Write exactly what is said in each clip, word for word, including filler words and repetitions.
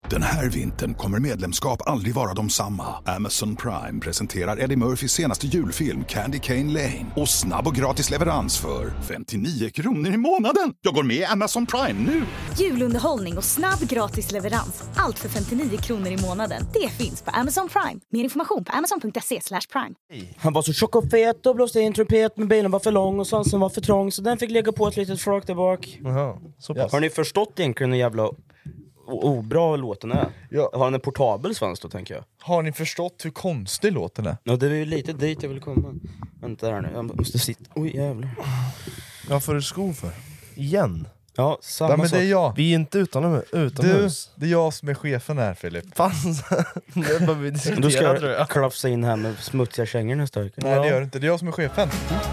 Den här vintern kommer medlemskap aldrig vara de samma. Amazon Prime presenterar Eddie Murphys senaste julfilm Candy Cane Lane. Och snabb och gratis leverans för femtionio kronor i månaden. Jag går med i Amazon Prime nu. Julunderhållning och snabb gratis leverans. Allt för femtionio kronor i månaden. Det finns på Amazon Prime. Mer information på amazon punkt se slash prime. Han var så tjock och fet och blåste i en trumpet, men bilen var för lång och svansen var för trång, så den fick lägga på ett litet flak där bak. Jaha, så pass. Har ni förstått egentligen hur jävla obra låten är? Ja. Har han en portabel svans då, tänker jag? Har ni förstått hur konstig låten är? Ja, det är ju lite dit jag vill komma. Vänta här nu, jag måste sitta. Oj, jävlar. Vad får du sko för? Igen? Ja, samma Ja, men sak. det är jag. Vi är inte utan, Du, utomhus. det är jag som är chefen här, Filip. Fan, det behöver vi diskutera, Då ska tror jag jag. klafsa in här med smutsiga kängor nästa vecka. Nej, det gör det inte. Det är jag som är chefen.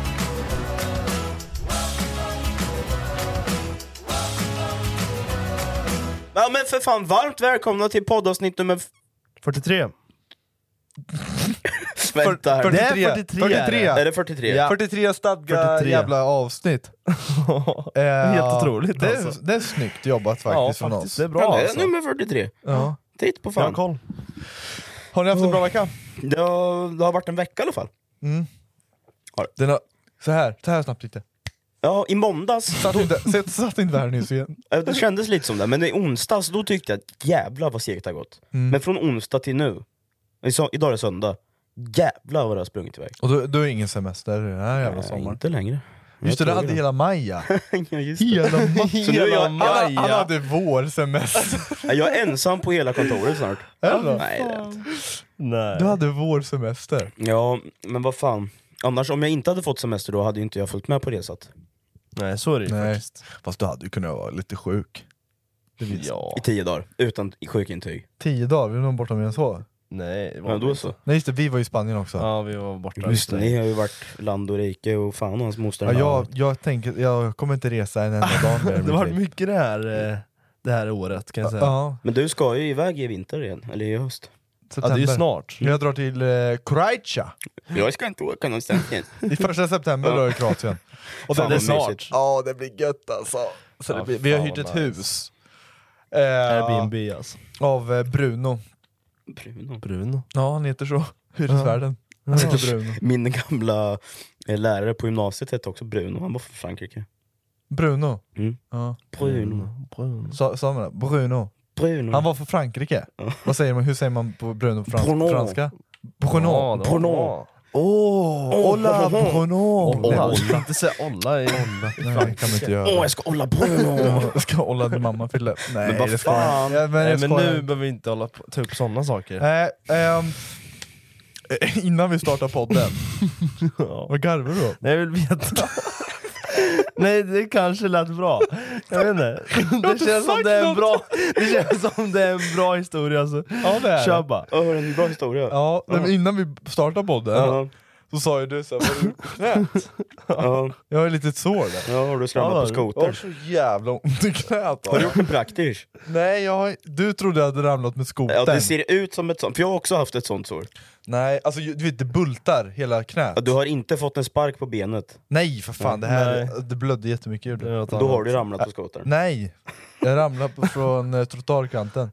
Ja, men för fan, varmt välkomna till poddavsnitt nummer... F- fyrtiotre. Vänta här. Det är fyrtiotre. fyrtiotre. Är det fyrtiotre? Ja. fyrtiotre stadga fyrtiotre. jävla avsnitt. Eh, Helt otroligt, det, är, alltså. det är snyggt jobbat faktiskt Ja, från faktiskt. oss. Det är bra, Ja, det är alltså. nummer fyrtiotre. Ja. Titt på Jag har fan. koll. Har ni haft en bra vecka? Det har, det har varit en vecka i alla fall. Den har, så här, så här snabbt lite. Ja, i måndags, Satt inte, satt, satt inte där nyss igen. äh, det kändes lite som det, men i onsdags då tyckte jag att jävlar vad segt det har gått. Mm. Men från onsdag till nu, i så, idag är det söndag, jävlar vad det har sprungit iväg. Och då, då är ingen semester den här jävla Nej, sommaren. inte längre. Just det, det hade hela maja. Ja, just det. Hela maja. Så nu är jag, Han, han hade vår semester. jag är ensam på hela kontoret snart. Eller? Nej, det är inte. Nej. Du hade vår semester. Ja, men vad fan. Annars, om jag inte hade fått semester då hade ju inte jag följt med på resat. Nej, så är det ju Nej. faktiskt. Fast du hade ju kunnat vara lite sjuk. Det vet jag. Ja. I tio dagar, utan sjukintyg. Tio dagar, vi var nog borta mer än så. Nej, det var Ja, då inte. så. Nej just det, vi var i Spanien också. Ja, vi var borta. Just det, ni har ju varit land och rike och fan och hans moster. Ja, jag, jag tänker, jag kommer inte resa en enda dag mer i Det mitt har varit liv. mycket det här, eh, det här året, kan jag säga. Ja, Men du ska ju iväg i vinter igen, eller i höst. Ja, det är ju snart. Jag drar till eh, Croatia. Jag ska inte åka någonstans igen. I första september Ja. då i Kroatien. Och Fan, det är vad snart. mysigt. Ja, det blir gött alltså. Så Ja, det blir, vi har fan, hyrt ett nice. hus. Eh, Airbnb alltså. av eh, Bruno. Bruno. Bruno. Ja, han heter så. Hyresvärden. Han heter Bruno. Min gamla eh, lärare på gymnasiet hette också Bruno, han var från Frankrike. Bruno. Mm. Ja. Bruno. Bruno. Sa, sa man det? Bruno. Bruno. Han var från Frankrike. Vad säger man? Hur säger man på Bruno på frans Bruno. franska? Bruno. Ja, det var Bruno. bra. Åh, oh, olla Bruno. Olla. Nej, Inte säga olla i Nej, det kan man inte göra. Åh, jag ska hålla Bruno! Jag ska hålla din mamma fylla. Nej, Men vad det ska jag fan? inte. Ja, men Nej, jag men skojar. nu behöver vi inte hålla på, ta upp sådana saker. Nej, ehm, innan vi startar podden. Ja. Vad garvar du då? Nej, jag vill veta. Nej, det kanske lät bra. Jag vet inte. Det inte känns som sagt det är en något. bra. Det känns som det är en bra historia alltså. Ja, det är Kör det. bara. Åh, en bra historia. Ja, men innan vi startar podden Ja. så sa ju du så här, vad har du gjort på knät? Ja. Jag har ett litet sår där. Ja, har du skramlat Ja, på Jag har skoter? så jävla ont i knät. Har du gjort en praktisk? Nej, jag har, du trodde jag hade ramlat med skotern. Ja, det ser ut som ett sånt, för jag har också haft ett sånt sår. Nej, alltså ju- du vet det bultar hela knät. Ja, du har inte fått en spark på benet, Nej för fan, det här Nej. det blödde jättemycket gjorde Det det. är något då annat. har du ramlat på skotern. Nej, jag ramlade på, från eh, trottoarkanten.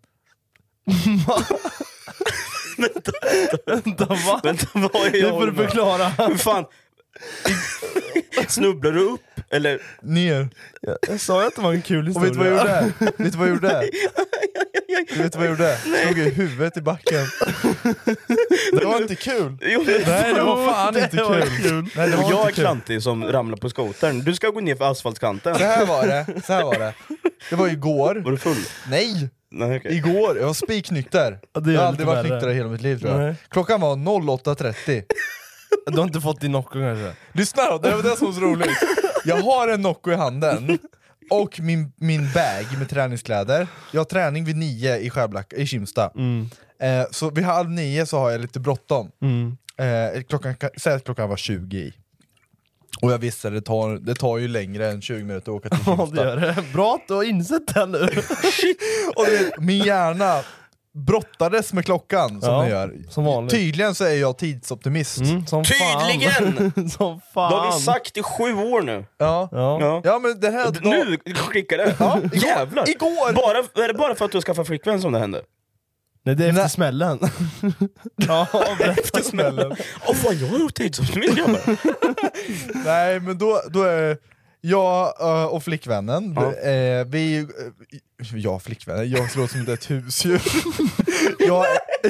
Vänta, va? Vänta, vad är Det jag får håller du med? förklara. Hur fan? Snubblar du upp? Eller? Ner. Jag, jag sa ju att det var en kul Och historia. vet du vad jag gjorde? vet du vad jag gjorde? Du vet vad jag gjorde? Slog i huvudet i backen. Det var inte kul. Jo, men Nej det var fan Det inte var kul. kul. Nej, det var jag är inte kul. klantig som ramlar på skotern. Du ska gå ner för asfaltkanten. Så här var det, så här var det. Det var igår. Var du full? Nej! Nej, okej. Igår, jag var spiknykter. Ja, det är Jag har lite aldrig varit värre. nykter i hela mitt liv tror jag. Nej. Klockan var åtta trettio. Du har inte fått din Nocco kanske? Lyssna då, det var det som var så roligt. Jag har en Nocco i handen och min, min bag med träningskläder. Jag har träning vid nio i Skärblacka, i Kimsta. Mm. Eh, så vid halv nio så har jag lite bråttom. Mm. Eh, klockan, säg att klockan var tjugo i. Och jag visste det tar, det tar ju längre än tjugo minuter att åka till Ja, Kimsta. det gör det. Bra att du har insett det nu. Och det, min hjärna brottades med klockan som Ja, ni gör. som vanligt. Tydligen så är jag tidsoptimist. Mm, som Tydligen! Fan. Som fan. Det har vi sagt i sju år nu. Ja. Ja. Ja. Ja men det här... Nu skickar det. Ja, igår. Jävlar. Igår. Bara, är det bara för att du skaffar flickvän som det hände? Nej, det är efter Nej. smällen. Ja, Efter smällen. Åh fan, jag har gjort tidsoptimist grabbar. Nej men då, då är jag uh, och flickvännen, Ja. eh, vi... Uh, jag och flickvännen, jag slår som ett husdjur. jag,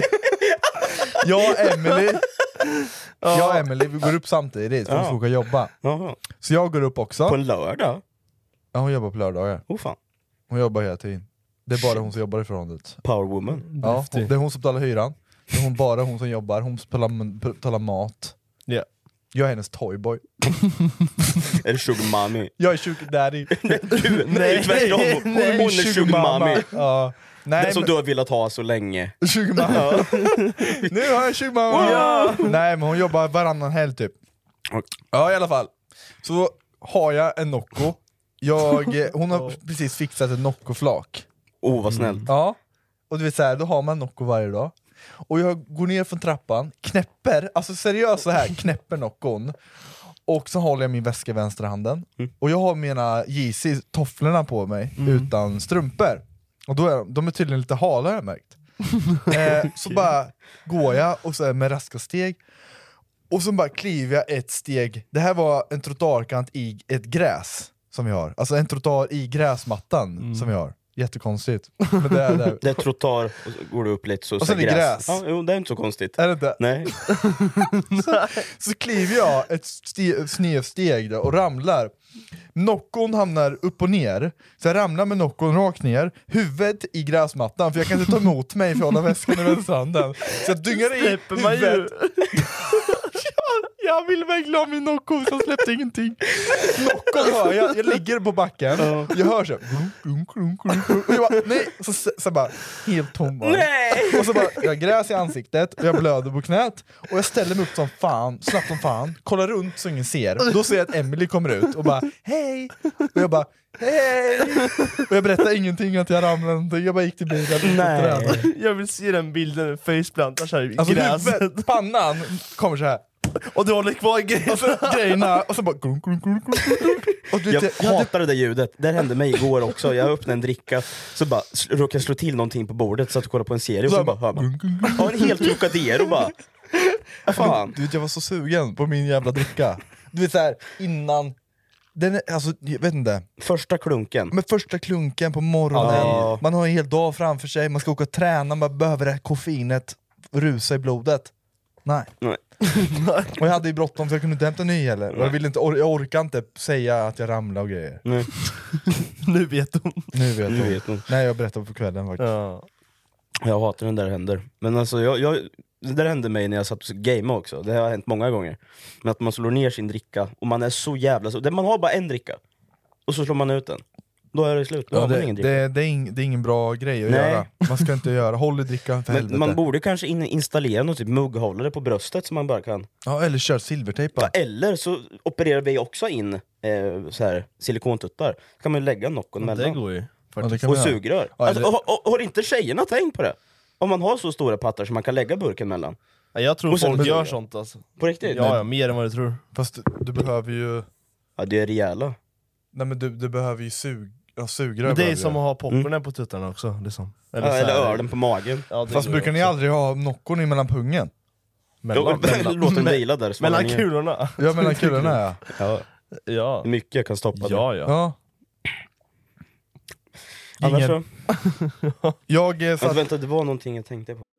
jag och Emily Jag och Emily, vi går upp samtidigt för Ja. att hon ska jobba. Jaha. Så jag går upp också. På en lördag? Ja, hon jobbar på lördagar. Oh fan. Hon jobbar hela tiden. Det är bara hon som jobbar i förhållandet. Power woman. Ja, hon, det är hon som betalar hyran. Det är hon, bara hon som jobbar, hon betalar, betalar mat. Ja. Jag är hennes toyboy. Är det sugar mommy? Jag är sugar daddy. Du, nej, tvärtom. Hon, Nej, hon är sugar mommy. Ja. Nej, Det som men, du har velat ha så länge. sugar mamma. Nu har jag sugar mamma. Ja. Nej men hon jobbar varannan helg typ. Ja i alla fall. Så har jag en Nocco. Jag, hon har precis fixat ett Nocco-flak. Oh vad snällt. Ja. Och du vet såhär, då har man Nocco varje dag. Och jag går ner från trappan, knäpper, alltså seriöst så här, knäpper Noccon. Och så håller jag min väska i vänstra handen. Mm. Och jag har mina Yeezy tofflorna på mig utan strumpor. Och då är de är tydligen lite hala har jag märkt. eh, så bara går jag och så är med raska steg. Och så bara kliver jag ett steg. Det här var en trottoarkant i ett gräs som vi har. Alltså en trottoar i gräsmattan Mm. som vi har. Jättekonstigt. Men det är det. Det är trottoar och så går du upp lite så, Och så sen är gräs. Ja, jo, det är inte så konstigt. Är det inte? Nej. Så, så kliver jag ett ste- snedsteg där och ramlar. Noccon hamnar upp och ner. Så jag ramlar med Noccon rakt ner, huvudet i gräsmattan, för jag kan inte ta emot mig för jag håller väskan i vänsterhanden. Så jag dyngar i Släpper man ju. huvudet. Jag vill verkligen ha min Nocco, så jag släppte ingenting. Noccon hör jag, jag ligger på backen, jag hör så klunk, klunk, klunk, klunk. Och jag bara, nej, så, så, så bara, helt tom bara. Nej! Och så bara, jag har gräs i ansiktet, och jag blöder på knät. Och jag ställer mig upp som fan, snabbt som fan, kollar runt så ingen ser. Då ser jag att Emily kommer ut och bara, hej! Och jag bara, hej! Och jag berättar ingenting att jag ramlade någonting, jag bara gick till bilen. Nej. Jag vill se den bilden, faceplantar så här i Alltså gräset. huvudet, pannan kommer så här. Och du håller kvar grejer. Och så grejerna, och så bara glunk, glunk, glunk, glunk, glunk. Och du Jag vet, jag hade, hatar det där ljudet. Det hände mig igår också. Jag öppnade en dricka, så bara sl- råkade jag slå till någonting på bordet så att jag kollade på en serie och så bara hör man. glunk, glunk, glunk. Ja, en helt Trocadero bara. Fan. Du vet, jag var så sugen på min jävla dricka. Du vet såhär, innan den är, alltså, jag vet inte. Första klunken. Med första klunken på morgonen, Ja. man har en hel dag framför sig, man ska åka och träna, man behöver det här koffeinet rusa i blodet. Nej. Nej. Och jag hade ju bråttom så jag kunde inte hämta ny heller. Och jag, ville inte, or- jag orkar inte säga att jag ramlade och grejer. Nej. Nu vet hon. Nu vet Nu hon. vet hon. Nej, jag berättade på kvällen faktiskt. Ja. Jag hatar när det där händer. Men alltså, jag, jag, det där hände mig när jag satt och gamea också. Det har hänt många gånger. Men att man slår ner sin dricka och man är så jävla... Så, det- man har bara en dricka. Och så slår man ut den. Då är det slut. Då Ja, har man det, ingen dricka. det, det, är ing, det är ingen bra grej att Nej. göra. Man ska inte göra, håll i drickan för Men helvete. man borde kanske in, installera någon typ mugghållare på bröstet som man bara kan... Ja, eller kör silvertejpa. Ja, eller så opererar vi också in eh, så här, silikontuttar. Så kan man lägga Noccon Det mellan. går ju. Ja, det kan Och man göra. sugrör. Ja, Alltså, eller- och, och, har inte tjejerna tänkt på det? Om man har så stora pattar som man kan lägga burken mellan. Ja, jag tror Och sen- folk gör sånt alltså. På riktigt? Ja, ja, mer än vad du tror. Fast du, du behöver ju... Ja, det är rejäla. Nej men du, du behöver ju sug, ja, sugrör. Men det är behöver som du. att ha popcornen på tuttarna också. Liksom. Eller, så ja, eller här- ölen på magen. Ja, det Fast går brukar ni också. aldrig ha Noccon i mellan pungen? Mellan, mellan, Låt den vila där. svala mellan ner. kulorna. Ja, mellan kulorna ja. Ja, Ja. mycket jag kan stoppa det. Ja, ja. Ja. Annars Ingen- så... Jag eh, Vänta, satt... vänta, det var någonting jag tänkte på.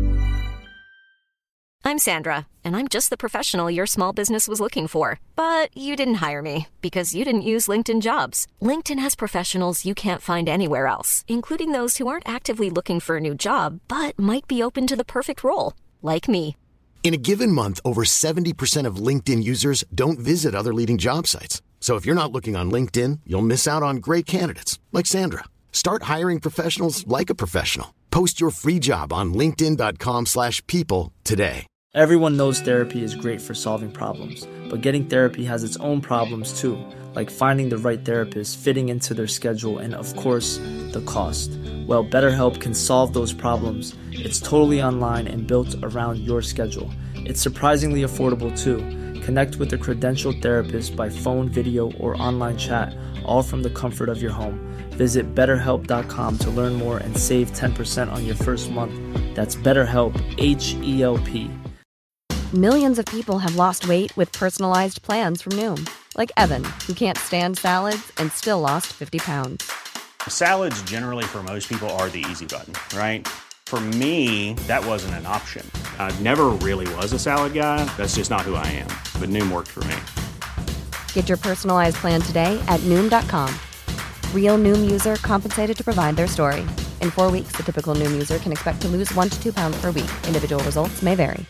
I'm Sandra, and I'm just the professional your small business was looking for. But you didn't hire me because you didn't use LinkedIn Jobs. LinkedIn has professionals you can't find anywhere else, including those who aren't actively looking for a new job, but might be open to the perfect role, like me. In a given month, over seventy percent of LinkedIn users don't visit other leading job sites. So if you're not looking on LinkedIn, you'll miss out on great candidates like Sandra. Start hiring professionals like a professional. Post your free job on linkedin dot com slash people today. Everyone knows therapy is great for solving problems, but getting therapy has its own problems too, like finding the right therapist, fitting into their schedule, and of course, the cost. Well, BetterHelp can solve those problems. It's totally online and built around your schedule. It's surprisingly affordable too. Connect with a credentialed therapist by phone, video, or online chat, all from the comfort of your home. Visit better help dot com to learn more and save ten percent on your first month. That's BetterHelp, H E L P. Millions of people have lost weight with personalized plans from Noom. Like Evan, who can't stand salads and still lost fifty pounds. Salads generally for most people are the easy button, right? For me, that wasn't an option. I never really was a salad guy. That's just not who I am. But Noom worked for me. Get your personalized plan today at Noom dot com. Real Noom user compensated to provide their story. In four weeks, the typical Noom user can expect to lose one to two pounds per week. Individual results may vary.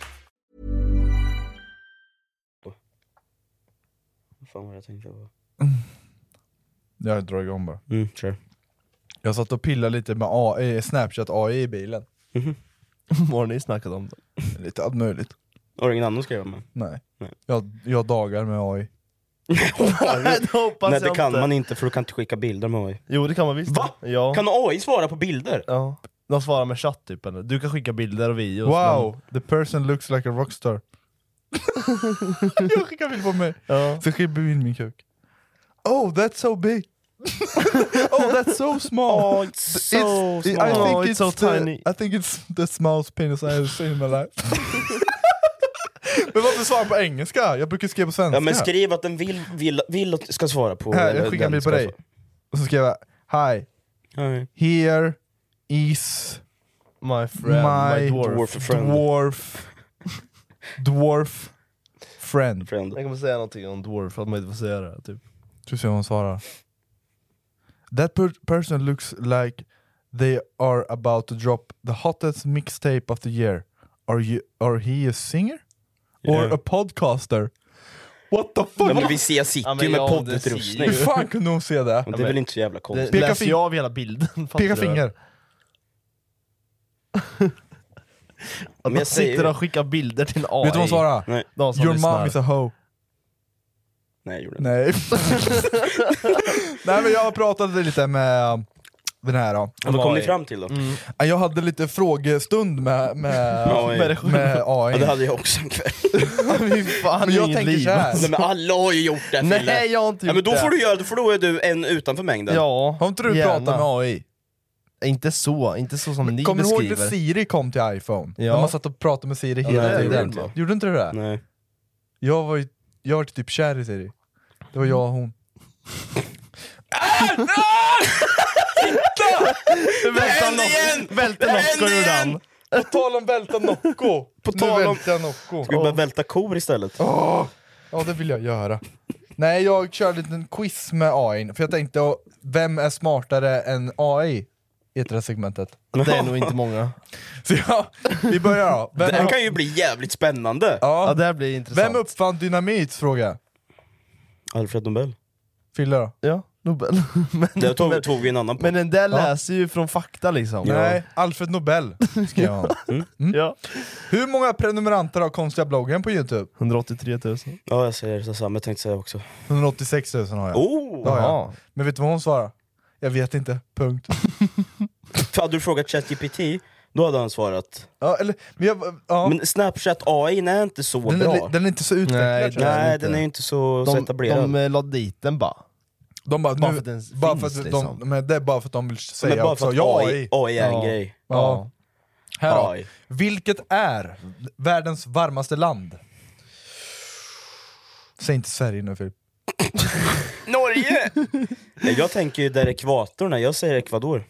Fan vad jag tänkte på. Jag drar igång bara. Mm, sure. Jag satt och pillade lite med A I, Snapchat A I i bilen. Mm-hmm. Vad har ni snackat om det? Lite allt möjligt. Har du ingen annan skriva med? Nej. Nej. Jag, jag dagar med A I. Nej, det hoppas Nej, det jag kan inte. man inte, för du kan inte skicka bilder med A I. Jo, det kan man visst. Va? Ja. Kan A I svara på bilder? Ja. De svarar med chatt typ. Eller? Du kan skicka bilder och videos. Wow, the person looks like a rockstar. Jag skickar bild på mig. Ja. Så skickar in min kuk. Oh, that's so big. Oh, that's so small. Oh, it's so It's- small. I think Oh, it's it's, so the, tiny. I think it's the smallest penis I have seen in my life. Men varför svara på engelska? Jag brukar skriva på svenska. Ja, men skriv att den vill, vill, vill att ska svara på. Här, eller jag skickar en den bild på ska dig. Och så skriver jag: Hi, svara. here is My friend, my, my dwarf. Dwarf friend. dwarf dwarf friend. Friend. Jag kommer säga någonting om dwarf för att man inte får säga det typ. Ska se vad hon svarar. That per- person looks like they are about to drop the hottest mixtape of the year. Are you? Are he a singer? Yeah. Or a podcaster? What the fuck? Ja, men vi ser, jag sitter Ja, men ju med ja, poddutrustning. Hur fan kunde hon se det? Men det är väl inte så jävla Det konstigt. Peka läser fing- jag av hela bilden. fattar Peka du? finger. Att Men man jag säger sitter ju- och skickar bilder till en A I. Vet du vad hon svarar? Nej, De som Your lyssnar. mom is a hoe. nej, jag gjorde inte. Nej. Nej, men jag pratade lite med um, den här då. Ja, vad kom A I. ni fram till då? Mm. Jag hade lite frågestund med, med, A I. med, med A I. Ja, det hade jag också en kväll. Fy fan, Men jag inget tänker liv. så här. Nej, men alla har ju gjort det. Fille. Nej, jag har inte Ja, gjort men då det. får du göra, då får då är du en utanför mängden. Ja, Har inte du gärna. pratat med A I? Inte så, inte så som ni Kommer du ihåg beskriver. när Siri kom till iPhone? Ja. När man satt och pratade med Siri hela Nej, det gjorde jag tiden. inte. Gjorde inte du det? Nej. Jag var ju, jag var typ kär i Siri. Det var jag och hon. Välta hände igen! Noc- Välta Det Nocco hände gjorde igen! han. På tal om välta Nocco. På Nu tal om- välter jag Nocco. Ska vi bara välta kor istället? Åh, ja, det vill jag göra. Nej, jag körde en liten quiz med A I. För jag tänkte, oh, vem är smartare än A I i det här segmentet? Det är nog inte många. Så ja, vi börjar då. Det Vem, här kan ju bli jävligt spännande. Ja, ja, det här blir intressant. vem uppfann dynamit, fråga jag. Alfred Nobel. Fille då? Ja, Nobel. men, Det tog, men, tog vi en annan på. men den där Ja. läser ju från fakta liksom. Nej, Alfred Nobel skrev han. Ja. Hur många prenumeranter har konstiga bloggen på Youtube? hundraåttiotre tusen. Ja, jag säger det samma, jag tänkte säga också. hundraåttiosex tusen har jag. Oh! Ja, ja. Jaha. Men vet du vad hon svarar? Jag vet inte, punkt. För hade du frågat ChatGPT, då hade han svarat. Ja, eller, men jag, ja. Men Snapchat A I är inte så den, bra. är, den är inte så utvecklad. Nej, tror jag. Nej, inte. den är inte så, så De, etablerad. de eh, la dit den bara. De bara, Bara nu, för att den bara för finns, att liksom. de, men det är bara för att de vill Men säga bara också, för att ja, A I, A I är en Ja. grej. Ja. Här då. A I. Vilket är världens varmaste land? Säg inte Sverige nu, Filip. Norge! Nej, jag tänker ju där ekvatorn är, jag säger Ecuador.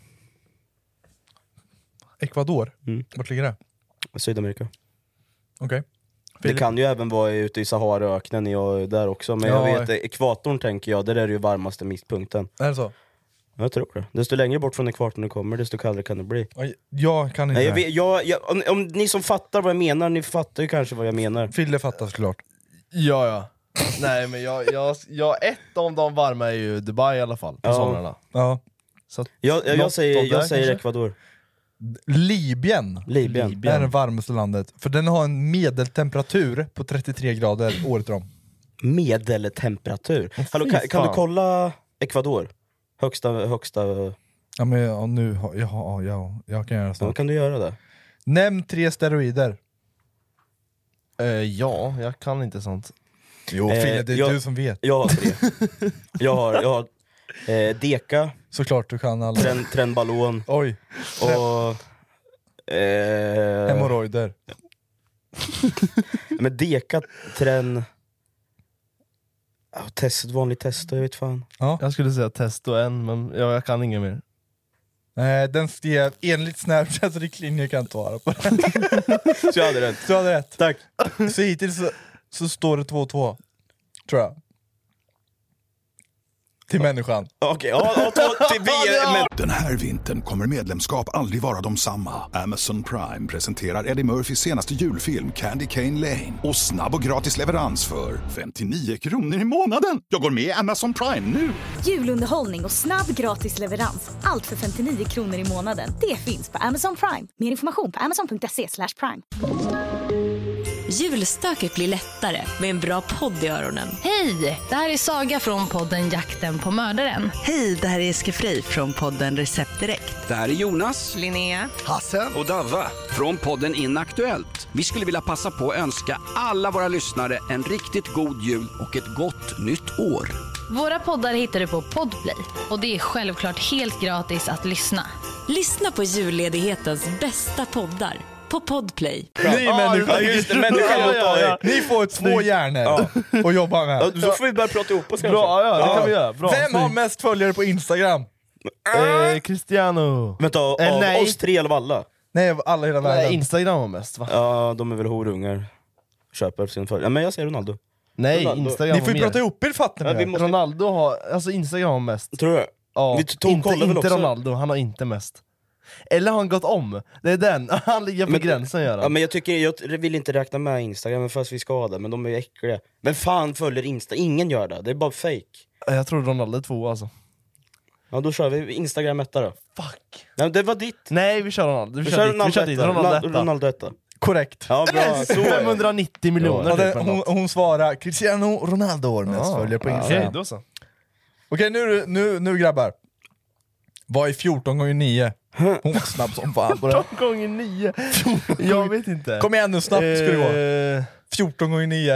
Ecuador? Mm. Vart ligger det? Sydamerika. Okej. Det Filip? kan ju även vara ute i Saharaöknen och där också, men Ja, jag vet, ekvatorn tänker jag, där är det ju varmaste mittpunkten. Är det så? Jag tror det. Desto längre bort från ekvatorn du kommer, desto kallare kan det bli. Oj, jag kan inte. Nej, jag vet, jag, jag, om, om ni som fattar vad jag menar, ni fattar ju kanske vad jag menar. Fille fattar såklart. Ja, ja. Nej, men jag, jag, jag, ett av de varma är ju Dubai i alla fall, på Ja. somrarna. Ja. Så att, Jag, jag, jag något säger, av jag det säger kanske? Ecuador. Libyen Libyen. Libyen. är det varmaste landet. För den har en medeltemperatur på trettiotre grader året om. Medeltemperatur. Hallå, kan, kan du kolla Ecuador? Högsta, högsta... Ja men ja, nu, ja, ja, ja, jag kan göra så. Ja, kan du göra det? Nämn tre steroider. Uh, ja, jag kan inte sånt. Jo, eh, Fille, det är jag, du som vet. Jag har tre. jag har, jag har eh, Deka. Såklart du kan alla. Tren, Trenbalon. Oj. Och... Eh, Hemorrojder. Men Deka, Tren... Oh, test, ett vanligt test, jag vet fan. Ja. Jag skulle säga test och en, men ja, jag kan inget mer. Nej, den skrev enligt Snapchat riktlinjer kan inte vara på den. Så jag hade rätt. Så jag hade rätt. Tack. Så hittills så, så står det två två. Tror jag. Till människan. Okej, okay, ja, ja, till vi. Den här vintern kommer medlemskap aldrig vara de samma. Amazon Prime presenterar Eddie Murphys senaste julfilm Candy Cane Lane. Och snabb och gratis leverans för femtionio kronor i månaden. Jag går med i Amazon Prime nu. Julunderhållning och snabb gratis leverans. Allt för femtionio kronor i månaden. Det finns på Amazon Prime. Mer information på amazon punkt se slash prime. Julstöket blir lättare med en bra podd i öronen. Hej, det här är Saga från podden Jakten på mördaren. Hej, det här är Eskefri från podden Recept Direkt. Det här är Jonas, Linnea, Hasse och Davva från podden Inaktuellt. Vi skulle vilja passa på att önska alla våra lyssnare en riktigt god jul och ett gott nytt år. Våra poddar hittar du på Podplay och det är självklart helt gratis att lyssna. Lyssna på julledighetens bästa poddar på Podplay. Ni människor, ja, just det, människor ja, ja, ja. Ni får två hjärnor ja. och jobba med. Ja, då får vi börja prata ihop oss kanske. Bra, ja, det ja. kan vi göra. Bra. Vem har mest följare på Instagram? Eh, Cristiano. Vänta, av eh, nej. oss tre eller av alla? Nej, alla hela världen. Nej, Instagram har mest, va? Ja, de är väl horungar. Köper sin följare. Ja, men jag säger Ronaldo. Nej, Ronaldo. Instagram Ni får ju prata ihop er, fattar ni? Ja, vi måste... Ronaldo har, alltså Instagram har mest. Tror du? Ja, vi tog, inte, inte också. Ronaldo, han har inte mest. Eller har han gått om? Det är den, han ligger på men, gränsen gör han. Ja, men jag tycker, jag vill inte räkna med Instagram fast vi ska ha det, men de är äckliga. Men fan följer Insta, ingen gör det, det är bara fake. Jag tror Ronaldo är två alltså. Ja, då kör vi Instagram etta då. Fuck. Nej, det var ditt. Nej, vi kör Ronaldo. Vi, vi kör, kör ditt. Ronaldo, vi kör ditt. Ronaldo, Ronaldo, etta. Ronaldo etta. Korrekt. Ja, bra. Yes! femhundranittio miljoner. Ja, det, hon, hon svarar Cristiano Ronaldo mest ja. följer på Instagram. Okej, då så. Okej, nu, nu, nu grabbar. Vad är fjorton gånger nio? Hon var snabb som fan på det. fjorton gånger nio? Jag vet inte. Kom igen nu, snabbt ska det gå. fjorton gånger nio.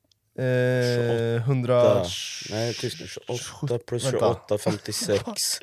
Eh, hundra... Nej, tyst nu. tjugoåtta plus tjugoåtta, femtiosex.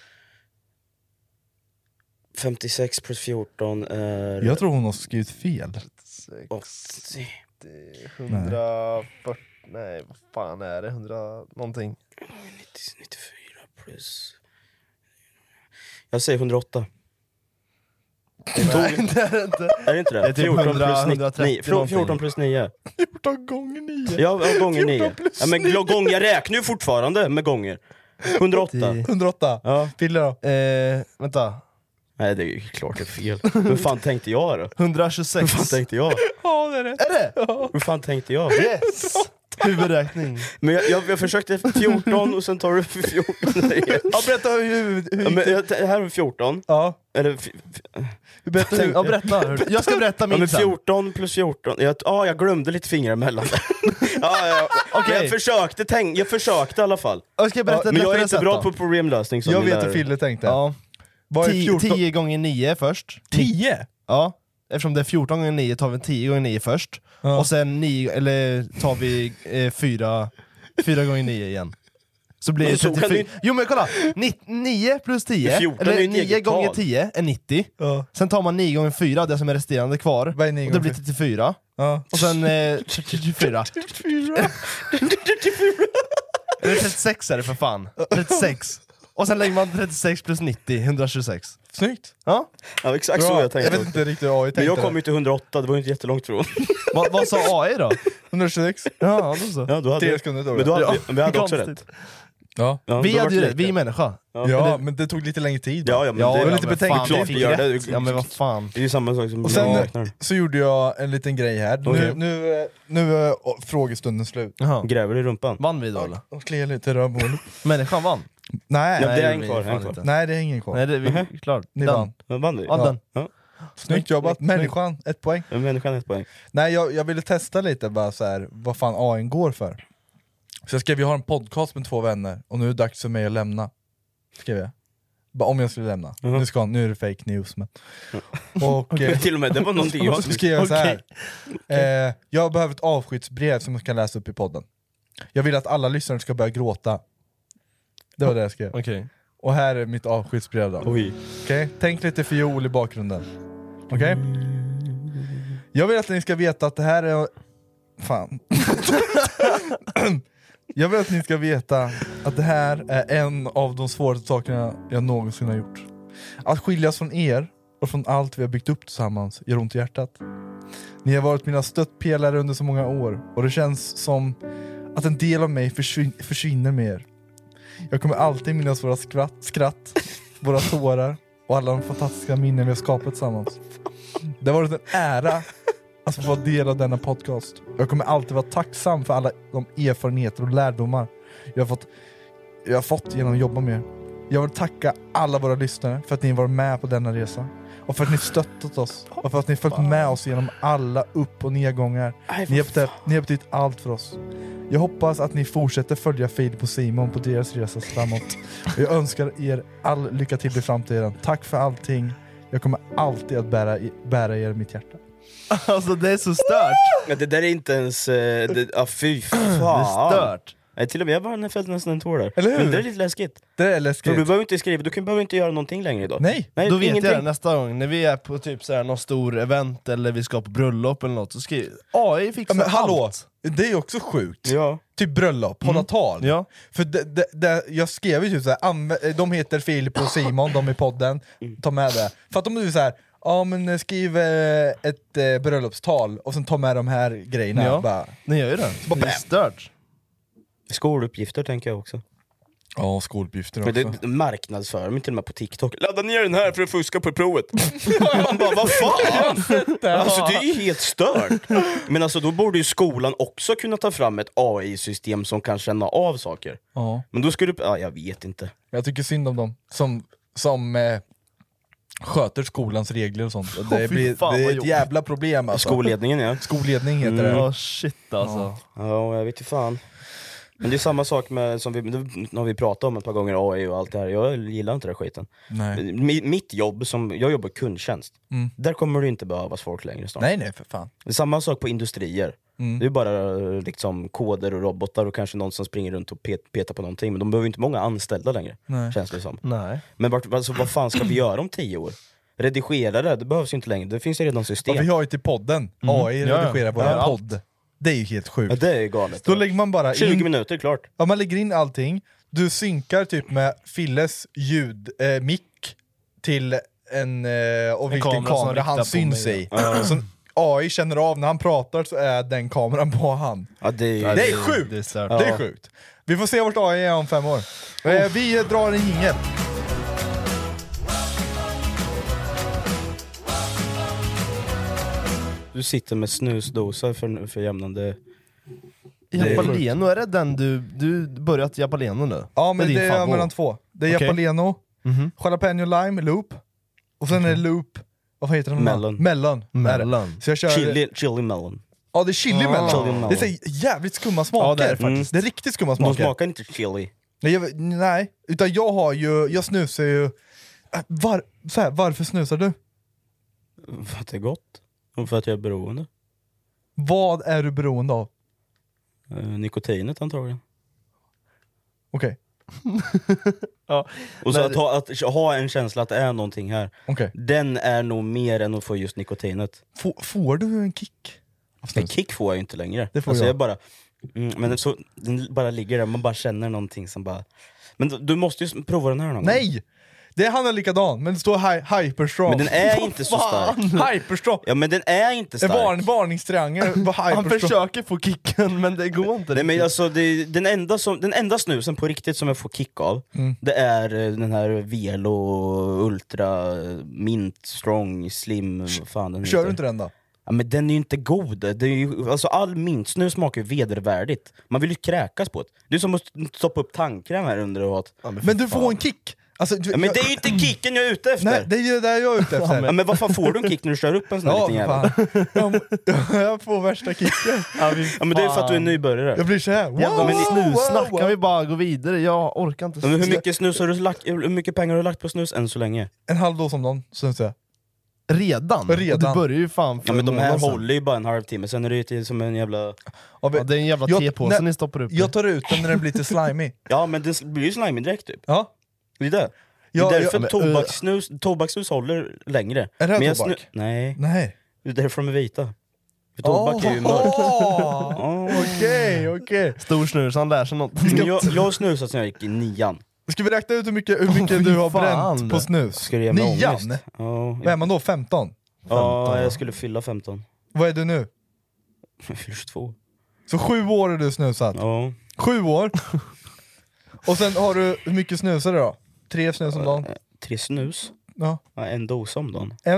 femtiosex plus fjorton är... Jag tror hon har skrivit fel. åttio. hundrafyrtio... Nej, vad fan är det? hundra någonting. nittio, nittiofyra plus... Jag säger hundraåtta. Nej, det är det inte. Är det inte det? Det är typ fjorton hundra, plus hundratrettio fjorton plus nio. fjorton gånger nio. Ja, gånger nio. Ja, men gånger, jag räknar ju fortfarande med gånger. hundraåtta. hundraåtta. Ja. Fille då? Eh, vänta. Nej, det är ju klart det är fel. Hur fan tänkte jag då? hundratjugosex. Hur fan tänkte jag? Ja, det är rätt. Är det? Ja. Hur fan tänkte jag? Yes! Huvudräkning. Men jag, jag, jag försökte fjorton och sen tar du fjorton. Ja, berätta hur... hur ja, men, jag, här är fjorton. Ja. Eller... F, berätta, hur, ja, berätta. Jag ska berätta min ja, men fjorton plus fjorton. Jag, ja, jag glömde lite fingrar emellan. ja, ja. Okay. Jag försökte tänk, jag försökte i alla fall. Jag ska berätta ja, men jag är inte bra på problemlösning. Jag vet hur Fille tänkte. Ja. Vad är fjorton? tio gånger nio först. tio? Ja. Eftersom det är fjorton gånger nio tar vi tio gånger nio först. Ja. Och sen nio, eller tar vi eh, fyra, fyra gånger nio igen. Så blir det trettiofyra. Du... Jo men kolla, nio plus tio, eller nio gånger tio är nittio. Ja. Sen tar man nio gånger fyra, det som är resterande kvar. Vad är nio och det blir trettiofyra. Ja. Och sen eh, trettiofyra. trettiofyra. Eller trettiosex är det för fan. trettiosex. Och sen lägger man trettiosex plus nittio, hundratjugosex. Snyggt. Ja, ja exakt bra. Så jag tänkte. Jag vet inte riktigt vad jag tänkte. Men jag kom ju till hundraåtta, det var ju inte jättelångt från. vad, vad sa A I då? hundratjugosex. Ja, då så. Ja, du hade, sekunder då. Men du hade, ja, vi hade också rätt. Ja. Ja, vi hade ju rätt, vi är människa. Ja, ja men det tog lite längre tid. Ja, ja, men ja, det var ja, lite betänkligt. Klart vi gör det. Ja, men vad fan. Det är ju samma sak som... Och sen ja, så gjorde jag en liten grej här. Okay. Nu, nu, nu är frågestunden slut. Aha. Gräver i rumpan. Vann vi då eller? Och kliar lite i rövhålet. Människan vann. Nej, ja, det är en kvar, en kvar. Nej, det är ingen kvar. Nej, det är vi uh-huh. klart. Ni vann. Men vann vi? Ja, den. Ja. Snyggt jobbat. Människan, ett poäng. Ja, människan ett poäng. Nej, jag, jag ville testa lite bara så här, vad fan A I går för. Så jag skrev, jag har en podcast med två vänner och nu är det dags för mig att lämna. Skrev jag. Bara om jag skulle lämna. Mm. Nu, ska, nu är det fake news. Men. Och, okay. eh, till och med, det var någonting jag så skrev jag så här. Okay. Eh, jag behöver ett avskedsbrev som jag kan läsa upp i podden. Jag vill att alla lyssnare ska börja gråta. Det var det jag skrev. Okay. Och här är mitt avskedsbrev då. Okej, okay? Tänk lite fiol i bakgrunden. Okej? Okay? Jag vill att ni ska veta att det här är... Fan. Jag vill att ni ska veta att det här är en av de svåraste sakerna jag någonsin har gjort. Att skiljas från er och från allt vi har byggt upp tillsammans gör ont i hjärtat. Ni har varit mina stöttpelare under så många år och det känns som att en del av mig försvin- försvinner med er. Jag kommer alltid minnas våra skratt, skratt, våra tårar och alla de fantastiska minnen vi har skapat tillsammans. Det har varit en ära att få vara del av denna podcast. Jag kommer alltid vara tacksam för alla de erfarenheter och lärdomar jag har fått, jag har fått genom att jobba med er. Jag vill tacka alla våra lyssnare för att ni var med på denna resa. Och för att ni stöttat oss. Och för att ni följt med oss genom alla upp- och nedgångar. Ni har betytt, ni har betytt allt för oss. Jag hoppas att ni fortsätter följa Filip och Simon på deras resa framåt. Och jag önskar er all lycka till i framtiden. Tack för allting. Jag kommer alltid att bära, bära er i mitt hjärta. Alltså det är så stört. Men det där är inte ens... Eh, det, ah, fy fan. Det är stört. Nej, till och med jag var fällt nästan en tår där. Eller hur? Men det är lite läskigt. Det är läskigt. För du behöver inte skriva, du kan behöver inte göra någonting längre idag. Nej, Nej då vet ingenting. jag det nästa gång. När vi är på typ så här någon stor event eller vi ska på bröllop eller något så skriver A I fixar ja, men hallå, allt. det är också sjukt. Ja. Typ bröllop, hålla Mm. tal. Ja. För det, det, det, jag skrev ju typ så här, anv- de heter Filip och Simon, de i podden. Ta med det. För att de är så här, ja men skriv eh, ett eh, bröllopstal och sen ta med de här grejerna. Ja, bara. ni gör ju det. Bara Det är stört. Skoluppgifter tänker jag också. Ja, skoluppgifter också. Men det marknadsför mig till och med på TikTok. Ladda ner den här för att fuska på provet. Man bara, vad fan? Alltså det är ju helt stört. Men alltså då borde ju skolan också kunna ta fram ett A I-system som kan känna av saker. Ja. Men då skulle du... Ja, jag vet inte. Jag tycker synd om dem som, som eh, sköter skolans regler och sånt. Det, Åh, fy blir, fan, det är vad ett jobbigt. jävla problem alltså. Skolledningen, ja. Skolledning heter Mm. det. Ja, shit alltså. Ja, jag vet ju fan. Men det är samma sak med, som vi, när vi pratat om ett par gånger, A I och allt det här. Jag gillar inte den skiten. Nej. Mitt jobb, som jag jobbar kundtjänst, Mm. där kommer det inte behövas folk längre snart. Nej, nej, för fan. Det är samma sak på industrier. Mm. Det är bara liksom koder och robotar och kanske någon som springer runt och pet, petar på någonting. Men de behöver inte många anställda längre, Nej. känns det som. Nej. Men vart, alltså, vad fan ska vi göra om tio år? Redigera det, det behövs ju inte längre. Det finns ju redan system. Ja, vi har ju till podden. Mm. A I Ja, ja. redigerar vår Ja. podd. Det är ju helt sjukt. Ja, det är galet. Då lägger man bara tjugo in... minuter, klart. Ja, man lägger in allting. Du synkar typ med Filles ljud, eh, mick till en... Eh, och vilken kamera som kamera, riktar han på syns mig, i. ja. Så A I känner av när han pratar så är den kameran på han. Ja, det är, Det är sjukt! Det är stört. Det är sjukt. Vi får se vart A I är om fem år. Eh, vi drar en jingel. Du sitter med snusdosa för, för jämnande... Japaleno, är det den du, du börjat Japaleno nu? Ja, men din det är favorit. mellan två. Det är Okej. Japaleno, Mhm. jalapeno lime, loop. Och sen är det loop, vad heter den? Melon. Melon. är det. Melon. Så jag kör... Chili, chili melon. Ja, det är chili Ah. melon. Chili melon. Det är så jävligt skumma smaker. Ja, det är det faktiskt. Det är riktigt skumma De smaker. smakar inte chili. Nej, jag, nej, utan jag har ju, jag snusar ju... Äh, Var, så här, varför snusar du? För att det är gott. Och för att jag är beroende. Vad är du beroende av? Eh, nikotinet antagligen. Okej, Ja. Och så Nej, att ha, att ha en känsla att det är någonting här. okej. Den är nog mer än att få just nikotinet. Får, får du en kick? av En snus? kick får jag ju inte längre. Det får alltså jag. jag bara, mm, men så, den bara ligger där, man bara känner någonting som bara... Men du, du måste ju prova den här någon gång. Nej! Det han är likadan, men det står hi- hyperstrong. Men den är Vad inte så fan? stark. Hyperstrong! Ja, men den är inte En stark. varn, varningstriangel, vad Han hyperstrong. försöker få kicken men det går inte Nej, men riktigt. alltså, det, den, enda som, den enda snusen på riktigt som jag får kick av, Mm. det är eh, den här Velo Ultra Mint Strong Slim, vad fan den Kör heter. du inte den då? Ja, men den är ju inte god. Det är ju, alltså, all mintsnus smakar ju vedervärdigt. Man vill ju kräkas på det. Det är som att stoppa upp tandkräm här under och att... Men du får en kick! Alltså, du, ja, men jag, det är ju inte kicken jag är ute efter. Nej, det är ju det jag är ute efter. Ja, men vad fan får du en kick när du kör upp en sån här Ja, liten jävel? jag, jag får värsta kicken. Ja, men det är för att du är nybörjare. Jag blir så här. Wow, Jävla wow, snussnack, wow. kan vi bara gå vidare? Jag orkar inte. Ja, men hur mycket snus har du lagt, hur mycket pengar har du lagt på snus än så länge? En halv dos om dagen, syns jag. Redan? Redan. Du börjar ju fan för Ja, men de här månader håller ju bara en halv timme, sen är det ju till som en jävla... Ja, Ja, det är en jävla jag- tepåse nej, ni stoppar upp. Jag tar ut den när den blir lite slimy. Ja, men det blir ju slimy direkt typ. Ja. Det är det. Det Ja, är därför ja, men, tobakssnus, tobakssnus håller längre. Är det här Men jag tobak? snu- Nej, Nej. det är därför de är vita. För tobak är ju mörkt. Oh, Okej, okej. Stor snus, han lär sig något. Men jag, jag har snusat sen jag gick i nian. Ska vi räkna ut hur mycket, hur mycket Åh, du har fan. bränt på snus? Ska det ge mig Nian? ångest? Ja, Vad är man då? femton? ja, jag skulle fylla femton. Vad är du nu? Jag fyller tjugotvå. Så sju år är du snusat? Ja. Sju år? Och sen har du, hur mycket snusar du då? Tre snus om dagen? Tre snus? Ja. Ja, en dosa om dagen. En...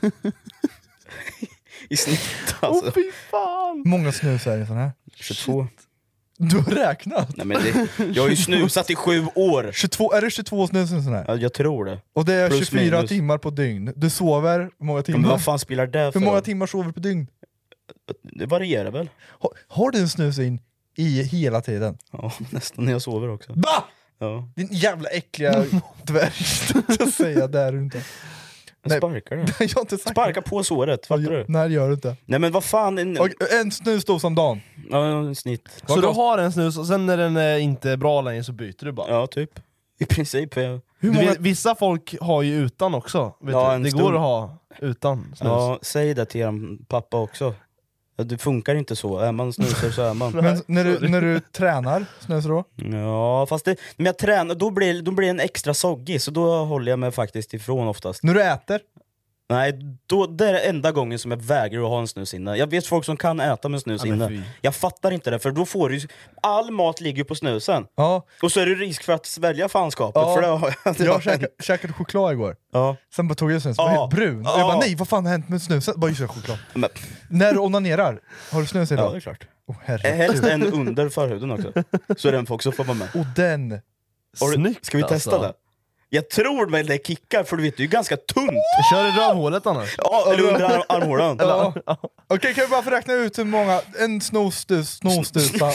I snitt alltså. Åh fy fan! Många snus är det sån här? tjugotvå. Du har räknat? Nej, men det, jag har ju snusat i sju år. tjugotvå, är det tjugotvå snus en sån här? Ja, jag tror det. Och det är Plus tjugofyra minus. timmar på dygn. Du sover, hur många Ja, timmar? men vad fan spelar det för? Hur många timmar sover du på dygn? Det varierar väl? Har, har du en snus in i hela tiden? Ja, nästan när jag sover också. Va? Ja. Din jävla äckliga dvärg, jag säga det är du inte. Jag sparkar det. Jag har inte sagt Sparka på såret, fattar du? Nej det gör du inte. Nej men vad fan, en, Och en snusdos om dagen. ja, en snitt. Så du har en snus och sen när den är inte är bra längre så byter du bara? Ja, typ. I princip. Jag... Hur Du många... vet, vissa folk har ju utan också, vet Ja, du? en Det stor- går att ha utan snus. Ja, säg det till er pappa också. Ja, det funkar inte så, är man snusar så är man. Men när du, när du tränar, snusar du då? Ja, fast det, men jag tränar, då blir, då blir det en extra soggig, så då håller jag mig faktiskt ifrån oftast. När du äter? Nej, då, det är det enda gången som jag vägrar att ha en snus inne. Jag vet folk som kan äta med snus Ja, men inne. fy. Jag fattar inte det, för då får du ju, all mat ligger ju på snusen. Ja. Och så är det risk för att svälja fanskapet, Ja. för det har jag, det Jag har käkade, käkade choklad igår. Ja. Sen bara tog jag snus, Ja. var helt brun. Och jag Ja. bara nej, vad fan har hänt med snusen? Bara just det, choklad. Men, När du onanerar, har du snus ja, idag? det är klart. Åh Helst herregud. en under förhuden också. Så den får också få vara med. Och den... Har du- Snyggt, Ska vi testa alltså. det? Jag tror väl det kickar, för du vet, det är ju ganska tunt. Kör i rövhålet annars. Ja, eller under arm- armhålan. Ja. Okej, kan vi bara få räkna ut hur många, en snusdus, snusdusa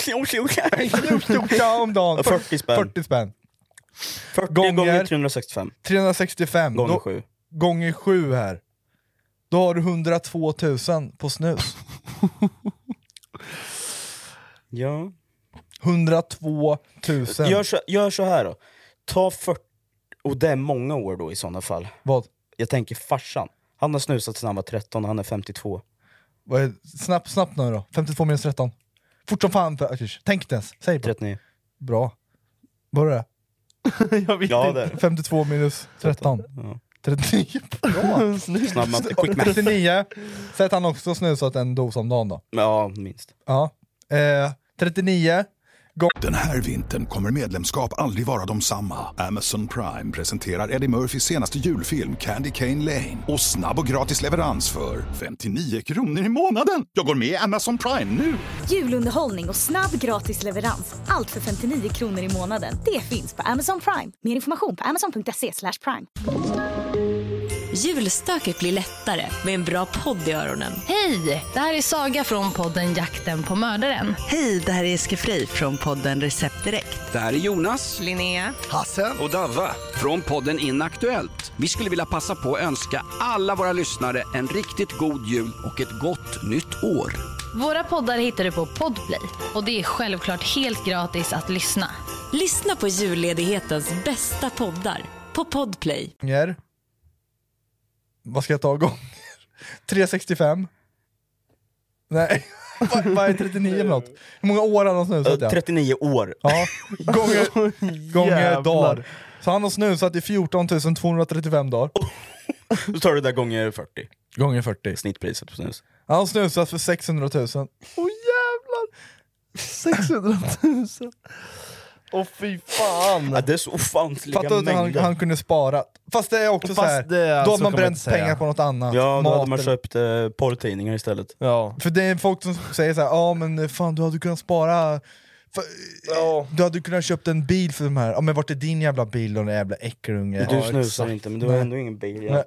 om dagen? fyrtio spänn. fyrtio spänn. fyrtio Gånger- gånger trehundrasextiofem. trehundrasextiofem. Gånger Då- sju. Gånger sju här. Då har du hundratvå tusen på snus. Ja. hundratvå tusen. Gör så, gör så här då. Ta fyrtio, och det är många år då i sådana fall. Vad? Jag tänker farsan. Han har snusat sedan han var tretton och han är femtiotvå. Vad är, snabbt, snabbt nu då. femtiotvå minus tretton. Fort som fan. Tänk inte ens. Säg bara. trettionio. Bra. Vad är det? Jag vet Ja, inte. det. femtiotvå minus tretton. Ja. trettionio. Bra. Snabb matte, quick math. trettionio. Så att han också snusat en dos om dagen då. Ja, minst. Ja. Eh, trettionio. Den här vintern kommer medlemskap aldrig vara de samma. Amazon Prime presenterar Eddie Murphys senaste julfilm Candy Cane Lane. Och snabb och gratis leverans för femtionio kronor i månaden. Jag går med i Amazon Prime nu! Julunderhållning och snabb gratis leverans. Allt för femtionio kronor i månaden. Det finns på Amazon Prime. Mer information på amazon punkt se slash prime. Julstöket blir lättare med en bra podd i öronen. Hej! Det här är Saga från podden Jakten på mördaren. Hej, det här är Eskefri från podden Recept Direkt. Det här är Jonas, Linnea. Hasse. och Davva från podden Inaktuellt. Vi skulle vilja passa på att önska alla våra lyssnare en riktigt god jul och ett gott nytt år. Våra poddar hittar du på Podplay. Och det är självklart helt gratis att lyssna. Lyssna på julledighetens bästa poddar på Podplay. Gånger. Vad ska jag ta gånger? trehundrasextiofem. Nej. Vad vad är trettionio eller något? Hur många år har han snusat? Ja? trettionio år. Ja. Gånger, gånger Jävlar. dagar. Så han har snusat i fjorton tusen tvåhundratrettiofem dagar. Då tar du det där gånger fyrtio. Gånger fyrtio. Snittpriset på snus. Han har snusat för sexhundratusen. Åh jävlar! sexhundratusen. Åh fy fan! Ja, det är så ofantliga Fattar du att han, mängder. han kunde spara? Fast det är också Fast så här. det är- Då så har man kan man bränt inte säga. pengar på något annat. Ja, då Mat hade man eller- köpt eh, porrtidningar istället. Ja. För det är folk som säger så här, ja men fan du hade kunnat spara För, oh. Du hade kunnat köpt en bil för de här. Ja, men vart är din jävla bil då, den jävla äckelunge? Du snusar exakt. Inte, men du har ändå ingen bil. Ja.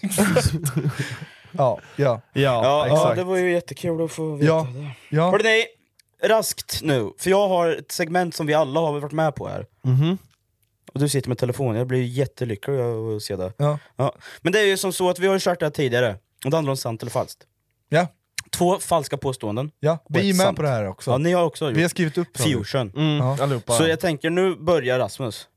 ja, ja. Ja, ja, ja, det var ju jättekul att få veta ja. det. Ja. Hörrni, raskt nu. För jag har ett segment som vi alla har varit med på här. Mhm. Och du sitter med telefonen, jag blir jättelycklig att se det. Ja. Ja. Men det är ju som så att vi har ju kört det här tidigare. Och det handlar om sant eller falskt. Ja. Två falska påståenden. Ja, vi är med sant. På det här också. Ja, ni har också gjort. Vi har skrivit upp Fusion. Mm. Ja. Allihopa. Så jag tänker, nu börjar Rasmus.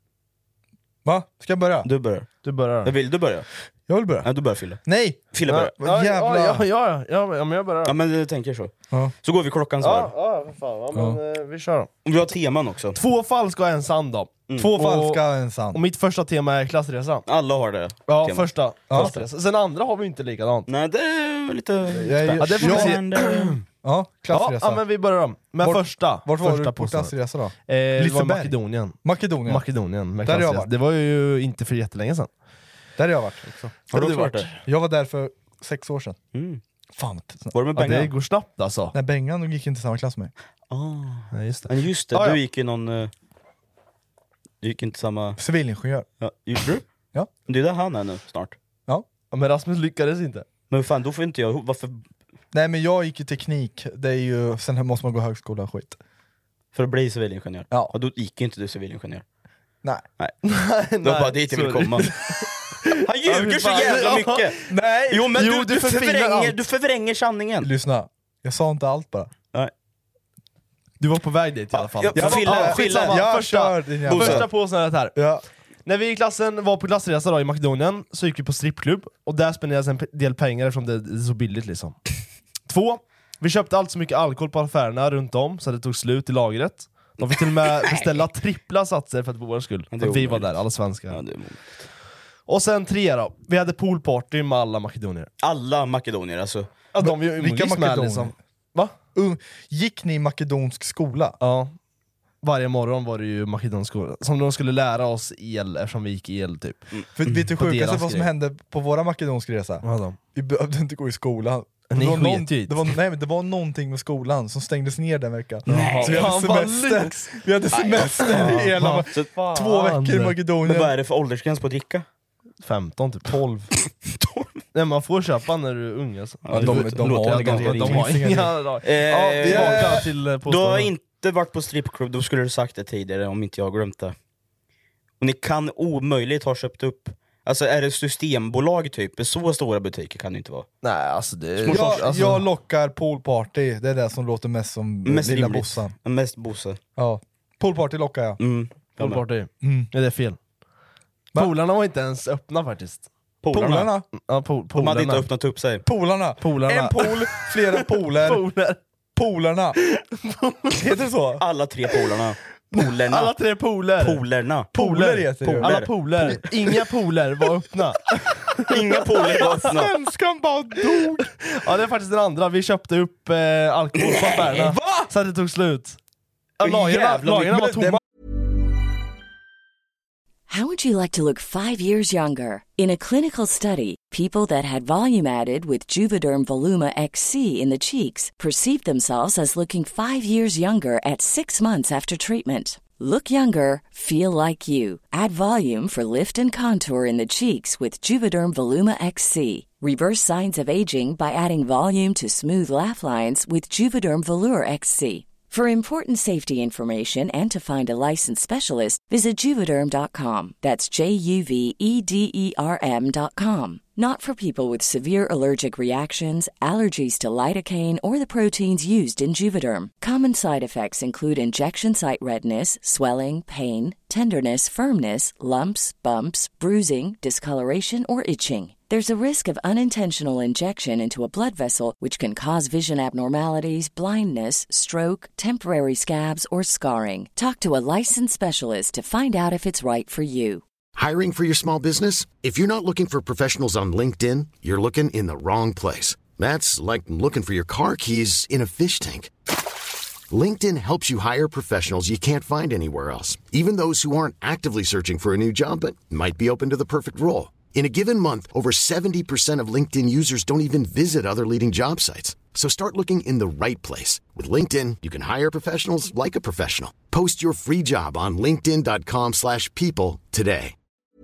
Va? Ska jag börja? Du börjar. Du börjar. Jag vill du börja? Jag vill börja. Ja, du börjar Fille. Nej! Fille börjar. Ja, jävla... ja, ja, ja, ja, ja, men jag börjar. Ja, men du tänker så. Ja. Så går vi klockans Ja, varv. ja, för fan. Ja, men Ja. eh, vi kör då. Och vi har teman också. Två falska och en sann då. Mm. Två Och- falska och en sann. Och mitt första tema är klassresa. Alla har det. Ja, tema. första. Ja. klassresa. Sen andra har vi inte likadant. Nej, det är lite... Jag, Ja, det får vi se. Spännande. Ja, klassresa. Ja, men vi börjar då. Med Vart- första. Vart var första du på påståendet. klassresa då? Eh, det var Liseberg. Makedonien. Makedonien. Makedonien med Där har jag klassresa. varit. Det var ju inte för jättelänge sedan. Där har jag varit också. Har du du också varit där? Jag var där för sex år sedan. Mm. Fan, vad snabbt. Var det med Ja, Bengan? det går snabbt alltså. Nej, Bengan gick inte i samma klass med mig. Ah. Nej, just det. Men just det, Ah, ja. du gick i någon... eh, Du gick inte samma... Civilingenjör. Ja, gjorde du? Ja. Det är där han är nu, snart. Ja. Ja, men Rasmus lyckades inte. Men fan, då får inte jag... Varför? Nej, men jag gick ju teknik. Det är ju... Sen måste man gå högskola och skit. För att bli civilingenjör? Ja. Och då gick ju inte du civilingenjör. Nej. Nej. Nej, Det var bara dit jag ville komma. Han ljuger så jävla mycket! Nej! Jo, men Jo, du, du du, förfinar förvränger, allt. du förvränger sanningen. Lyssna. Jag sa inte allt bara. Nej. Du var på väg dit i alla fall. Ja, Ja, Fille, ja, Fille. skitsamma. Jag första, kör din jävla... första påståendet här. Ja. När vi i klassen var på klassresa då i Makedonien så gick vi på strippklubb och där spenderades en del pengar eftersom det är så billigt liksom. Två, vi köpte allt så mycket alkohol på affärerna runt om så det tog slut i lagret. De fick till och med beställa trippla satser för att vår skull. Men För det är att vi var omöjligt. där, alla svenskar. Ja, det är omöjligt. Och sen tre då, vi hade poolparty med alla makedonier. Alla makedonier alltså. Ja, de vi Vilka umgicks med makedonier? liksom. Va? Uh, gick ni i makedonsk skola? Ja. Varje morgon var det ju makedonsk skola. Som de skulle lära oss el eftersom vi gick el typ. För vet du På sjukaste deras vad som grej. hände på våra makedonska resa? Vad då? Vi behövde inte gå i skolan. Ni det, var sket någon, ju i det, var, nej, men det var någonting med skolan som stängdes ner den veckan. Nej. Så vi hade Fan, vad semester, lyx. vi hade semester i hela Så, två veckor i men Makedonien. vad är det för åldersgräns på att dricka? femton typ. tolv. Nej, man får köpa när du är ung alltså. Ja, de- Det de låter- har de, ganska de, de har rimligt. inga dagar. Eh, Ja, tillbaka till eh, Du har påståendet. inte varit på strippklubb, då skulle du sagt det tidigare om inte jag har glömt det. Och ni kan omöjligt ha köpt upp... Alltså är det systembolag typ? Så stora butiker kan det inte vara. Nej, alltså det... Jag, alltså, jag lockar poolparty, det är det som låter mest som Mest lilla rimligt. bossan. Mest bosse. Ja. Poolparty lockar jag. Mm. Poolparty. Mm. Ja, det är fel. Va? Polarna var inte ens öppna faktiskt. Polarna. Polarna. Ja, po De hade inte polarna. öppnat upp sig. Polarna. Polarna. En pool, flera pooler. Poler. Polarna. Heter det så? Alla tre polarna. Polerna. Alla tre poler. Polerna. Pooler heter det ju. Poler. Alla poler. Inga poler var öppna. Inga poler var öppna. Svenskan bara dog. Ja, det är faktiskt den andra. Vi köpte upp eh, alkohol på affärerna. Va? Så att det tog slut. Ja, Åh, lagerna jävlar, lagerna var men det- tomma. How would you like to look five years younger? In a clinical study, people that had volume added with Juvederm Voluma X C in the cheeks perceived themselves as looking five years younger at six months after treatment. Look younger, feel like you. Add volume for lift and contour in the cheeks with Juvederm Voluma X C. Reverse signs of aging by adding volume to smooth laugh lines with Juvederm Volure X C. For important safety information and to find a licensed specialist, visit Juvederm dot com. That's J U V E D E R M dot com. Not for people with severe allergic reactions, allergies to lidocaine, or the proteins used in Juvederm. Common side effects include injection site redness, swelling, pain, tenderness, firmness, lumps, bumps, bruising, discoloration, or itching. There's a risk of unintentional injection into a blood vessel, which can cause vision abnormalities, blindness, stroke, temporary scabs, or scarring. Talk to a licensed specialist to find out if it's right for you. Hiring for your small business? If you're not looking for professionals on LinkedIn, you're looking in the wrong place. That's like looking for your car keys in a fish tank. LinkedIn helps you hire professionals you can't find anywhere else, even those who aren't actively searching for a new job but might be open to the perfect role. In a given month, over seventy percent of LinkedIn users don't even visit other leading job sites. So start looking in the right place. With LinkedIn, you can hire professionals like a professional. Post your free job on linkedin dot com slash people today.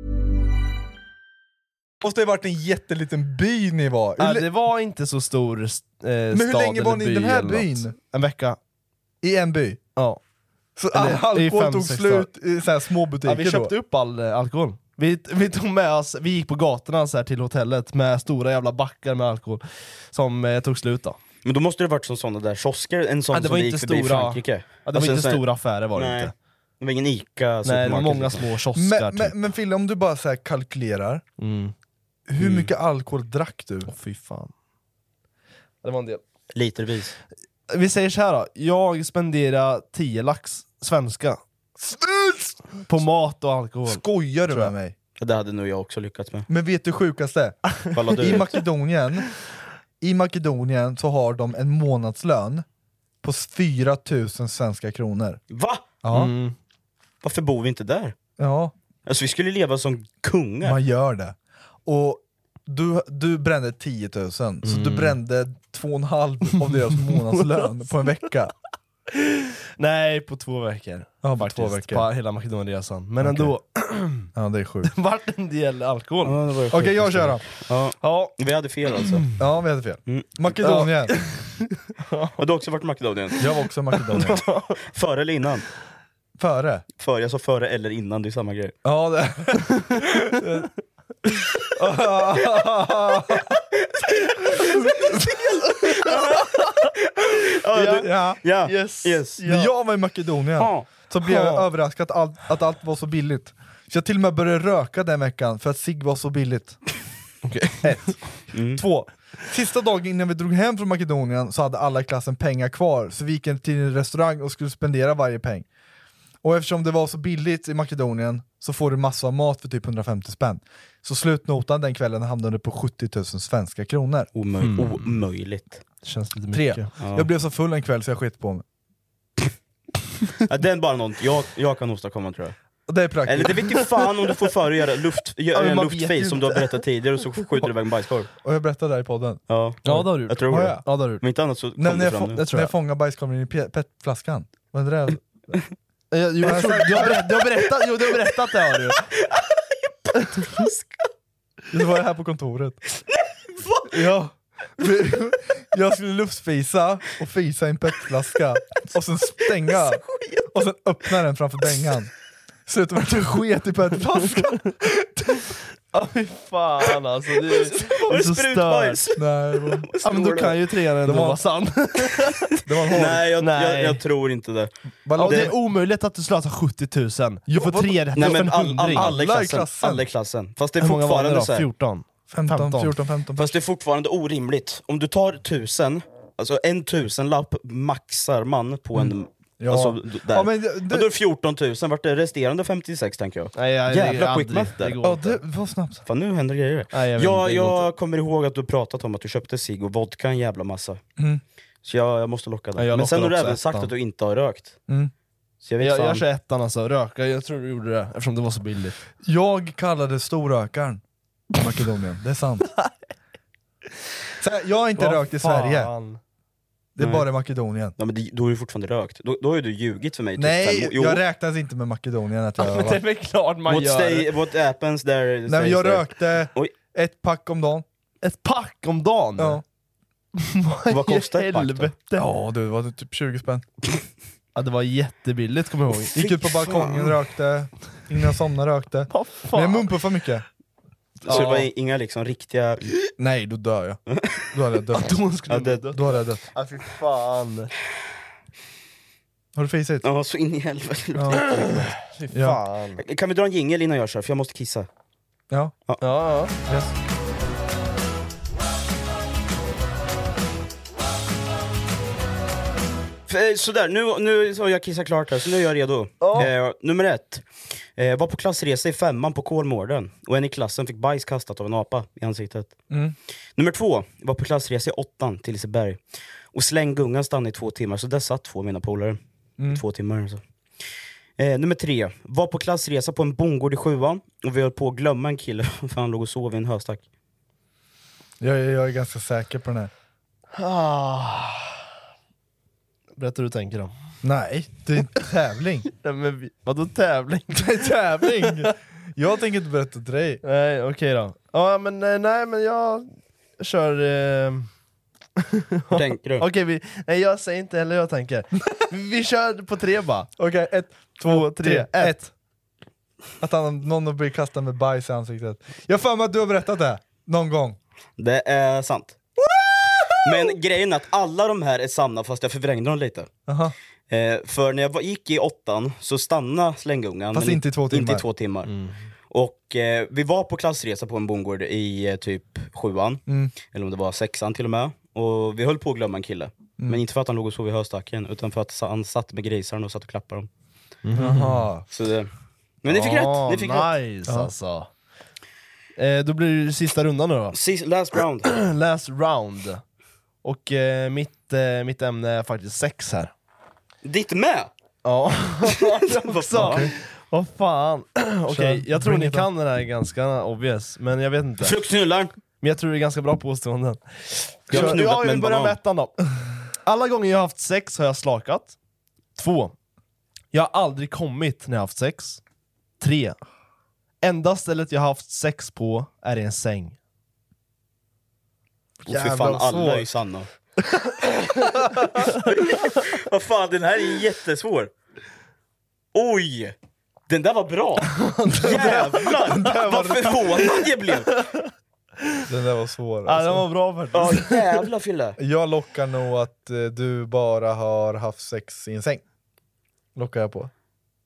Det måste ha varit en jätteliten by ni var. Ja, det var inte så stor eh, stad. Men hur länge var ni i den här byn? En vecka. I en by? Ja. Så all alkohol tog slut i så här små butiker. Ja, vi köpte då. upp all eh, alkohol. Vi, vi tog med oss, vi gick på gatorna så här till hotellet med stora jävla backar med alkohol som eh, tog slut då. Men då måste det varit som sådana där kiosker, en sån Ja, det som var vi inte gick förbi i stora- Frankrike. Ja, det var inte så här- stora affärer var det Nej. inte. Det var ingen Ica. Nej, det var många supermarket, små liksom. kiosker Men, typ. men, men Fille, om du bara så här kalkylerar, Mm. hur Mm. mycket alkohol drack du? Åh fy fan. Det var en del. Litervis. Vi säger så här då, jag spenderar tio lax svenska på mat och alkohol. Skojar du Tror jag. med mig? Det hade nog jag också lyckats med. Men vet du sjukaste? Kolla du I ut. Makedonien I Makedonien så har de en månadslön på fyra tusen svenska kronor. Va? Ja. Mm. Varför bor vi inte där? Ja, Alltså vi skulle leva som kungar. man gör det. Och du, du brände tio tusen, så du brände två och en halv av deras månadslön på en vecka. Nej, på två veckor. Ja, på Faktiskt, två veckor. på hela Makedonresan. Men Okej. ändå, Ja, det är sjukt. vart en del alkohol. Ja, det var ju Okej, sjukt. jag kör då. Ja. Ja, Vi hade fel alltså. Ja, vi hade fel. Mm. Makedonien. Och du har också varit i Makedonien? Jag var också i Makedonien. Före eller innan? Före? Före, jag sa före eller innan, det är samma grej. Ja, det... Ja, du, ja. ja. Yes. Yes. När jag var i Makedonien Ja. så blev jag Ja. överraskad att allt, att allt var så billigt. Så jag till och med började röka den veckan för att cigg var så billigt. okej. Ett. Mm. Två. Sista dagen innan vi drog hem från Makedonien så hade alla i klassen pengar kvar, så vi gick in till en restaurang och skulle spendera varje peng. Och eftersom det var så billigt i Makedonien så får du massor av mat för typ hundrafemtio spänn. Så slutnotan den kvällen hamnade på sjuttio tusen svenska kronor. Omöj- Mm. Omöjligt. Det känns lite Tre. mycket. Ja. Jag blev så full en kväll så jag skit på mig. Ja, det är bara något jag, jag kan åstadkomma tror jag. Och det är praktiskt. Eller det vet ju fan om du får för att göra luft, Ja, göra men en man vet ju luftface som du har inte. berättat tidigare och så skjuter du iväg en bajskorv. Och jag berättade där i podden. Ja, Ja, det har du gjort. jag tror Har det. jag? Ja, det har du gjort. Men inte annat så kom När, när, det jag, fram få, nu. det tror när jag. jag fångade bajskorven i pe- petflaskan. Vad är det där? Eh, Jo, jag, du, har berättat, du, har berättat, jo, du har berättat det har du. Det var här på kontoret. Ja. Jag skulle luftfisa och fisa i en petflaska och sen stänga och sen öppna den framför bängan. Slutet med att jag sket i petflaskan. Ja, fy fan alltså. Det, Var det är det så sprutbajs? stört. Nej, det var, Ja, men då kan ju trean ändå Det var- vara sann. det var en hål. Nej, jag, Nej. Jag, jag tror inte det. Vad Ja, låg det det? är omöjligt att du slösar sjuttio tusen. Du Jo, får vad- tre rätter Nej för men en all, all, hundring. alla, i Alla i klassen, klassen. alla i klassen. Fast det är Hur många var det fortfarande då? så här, fjorton? femton, fjorton, femton. Fast det är fortfarande orimligt. Om du tar tusen, alltså en tusenlapp maxar man på en... Ja. Alltså, d- där. Ja, men Och då är det, det fjorton tusen, vart är resterande femtiosex tänker jag. Nej, jag, Jävla det är quick aldrig- math där. det går ja, inte. det var snabbt. Fan nu händer grejer. Nej, jag vet jag inte, det går jag kommer ihåg att du pratat om att du köpte cigg och vodka en jävla massa. Mm. Så jag, jag måste locka dig. Ja, jag Men sen lockar har du också även sagt ettan. att du inte har rökt. Mm. Så jag vet Jag, fan. jag kör ettan alltså, röka, jag tror du gjorde det eftersom det var så billigt. Jag kallade storrökaren i Makedonien, det är sant. Så här, jag har inte Vad rökt i fan. Sverige, det är Nej. bara i Makedonien. Ja, men det, då har du fortfarande rökt. Då, då har ju du ljugit för mig. Typ fem Nej, år. Jo. jag räknas inte med Makedonien att jag Men det är väl klart man what, gör. stay, what happens there Nej, men stays jag there. rökte Oj. ett pack om dagen. Ett pack om dagen? Ja, Vad kostar ett pack då? Helvete. ja du, det var typ tjugo spänn. Ja, det var jättebilligt kommer jag ihåg. Gick ut på balkongen, rökte, innan jag somnade rökte. Vad Men fan? jag munpuffade mycket. Så det var inga liksom riktiga... Nej, då dör jag. Då hade jag dött. Då skulle Ja, du det- dö. Då hade jag dött. Ja, fy fan. Har du fisit? Ja, så in i helvete. Ja. Fy Ja. fan. Kan vi dra en jingle innan jag kör? För jag måste kissa. Ja. Ja, ja. Yes. För, sådär, nu, nu har jag kissat klart här, så nu är jag redo. Eh, nummer ett. Eh, var på klassresa i femman på Kolmården och en i klassen fick bajs kastat av en apa i ansiktet. Mm. Nummer två. Var på klassresa i åttan till Liseberg och slänggungan stannade i två timmar, så där satt två av mina polare. Mm. Två timmar alltså. Eh, nummer tre. Var på klassresa på en bondgård i sjuan och vi höll på att glömma en kille för han låg och sov i en höstack. Jag, jag är ganska säker på den här. Ah. Berätta hur du tänker då. Nej, det är inte tävling. Nej, men vi, vadå tävling? Det är tävling! Jag tänker inte berätta till dig. Nej, okej okay då. Ja, men nej, men jag kör... Eh... Hur tänker du? Okej, okay, vi... nej, jag säger inte heller jag tänker. Vi kör på tre bara. Okej, okay, ett, två, tre, ett. ett. Att han, någon har blivit kastad med bajs i ansiktet. Jag får mig att du har berättat det någon gång. Det är sant. Men grejen är att alla de här är sanna fast jag förvrängde dem lite. Aha. Eh, för när jag var, gick i åttan så stannade slänggungan. Fast inte i två timmar. Inte i två timmar. Mm. Och eh, vi var på klassresa på en bondgård i eh, typ sjuan. Mm. Eller om det var sexan till och med. Och vi höll på att glömma en kille. Mm. Men inte för att han låg och sov i höstacken, utan för att han satt med grisarna och satt och klappade dem. Mm. Så det... Men ni fick oh, rätt, ni fick nice, rätt. Alltså. Eh, då blir det sista rundan nu då. Sist, last round. Last round. Och eh, mitt, eh, mitt ämne är faktiskt sex här. Ditt med? Ja. Vad fan? Vad fan? Okej, okay, jag tror ni kan den här ganska obvious, men jag vet inte. Fruktknullar. Men jag tror det är ganska bra påståenden. Jag har ja, vi börjar med ettan då. Alla gånger jag har haft sex har jag slakat. Två. Jag har aldrig kommit när jag har haft sex. Tre. Enda stället jag har haft sex på är i en säng. Och för fan, alla är ju sanna. Vad fan, den här är jättesvår. Oj! Den där var bra. Jävlar, vad förvånad jag blev. Den där var svår alltså. Ja, den var bra faktiskt. Ja, jävla Fille. Jag lockar nog att eh, du bara har haft sex i en säng. Lockar jag på.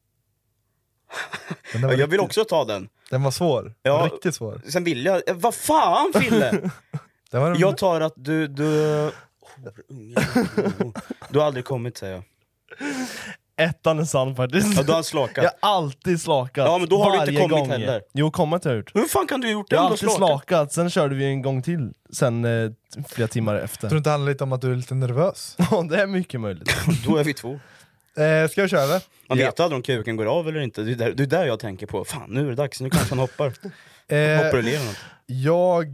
Ja, jag riktigt, vill också ta den. Den var svår, ja, riktigt svår. Sen vill jag, vad fan Fille? En... Jag tar att du du oh, unge. Du har aldrig kommit, säger jag. Ettan är sann faktiskt. Ja, du har slakat. Jag har alltid slakat. Ja, men då har du inte kommit gång. heller. Jo, kommit har jag gjort. Hur fan kan du ha gjort det? Jag har alltid slakat. slakat, sen körde vi en gång till. Sen eh, flera timmar efter. Tror du inte det handlar lite om att du är lite nervös? Ja, det är mycket möjligt. Då är vi två. Eh, ska jag köra det? Man vet aldrig om kuken går av eller inte. Det är där, det är där jag tänker på. Fan, nu är det dags. Nu kanske han hoppar. eh, hoppar och ler något. Jag...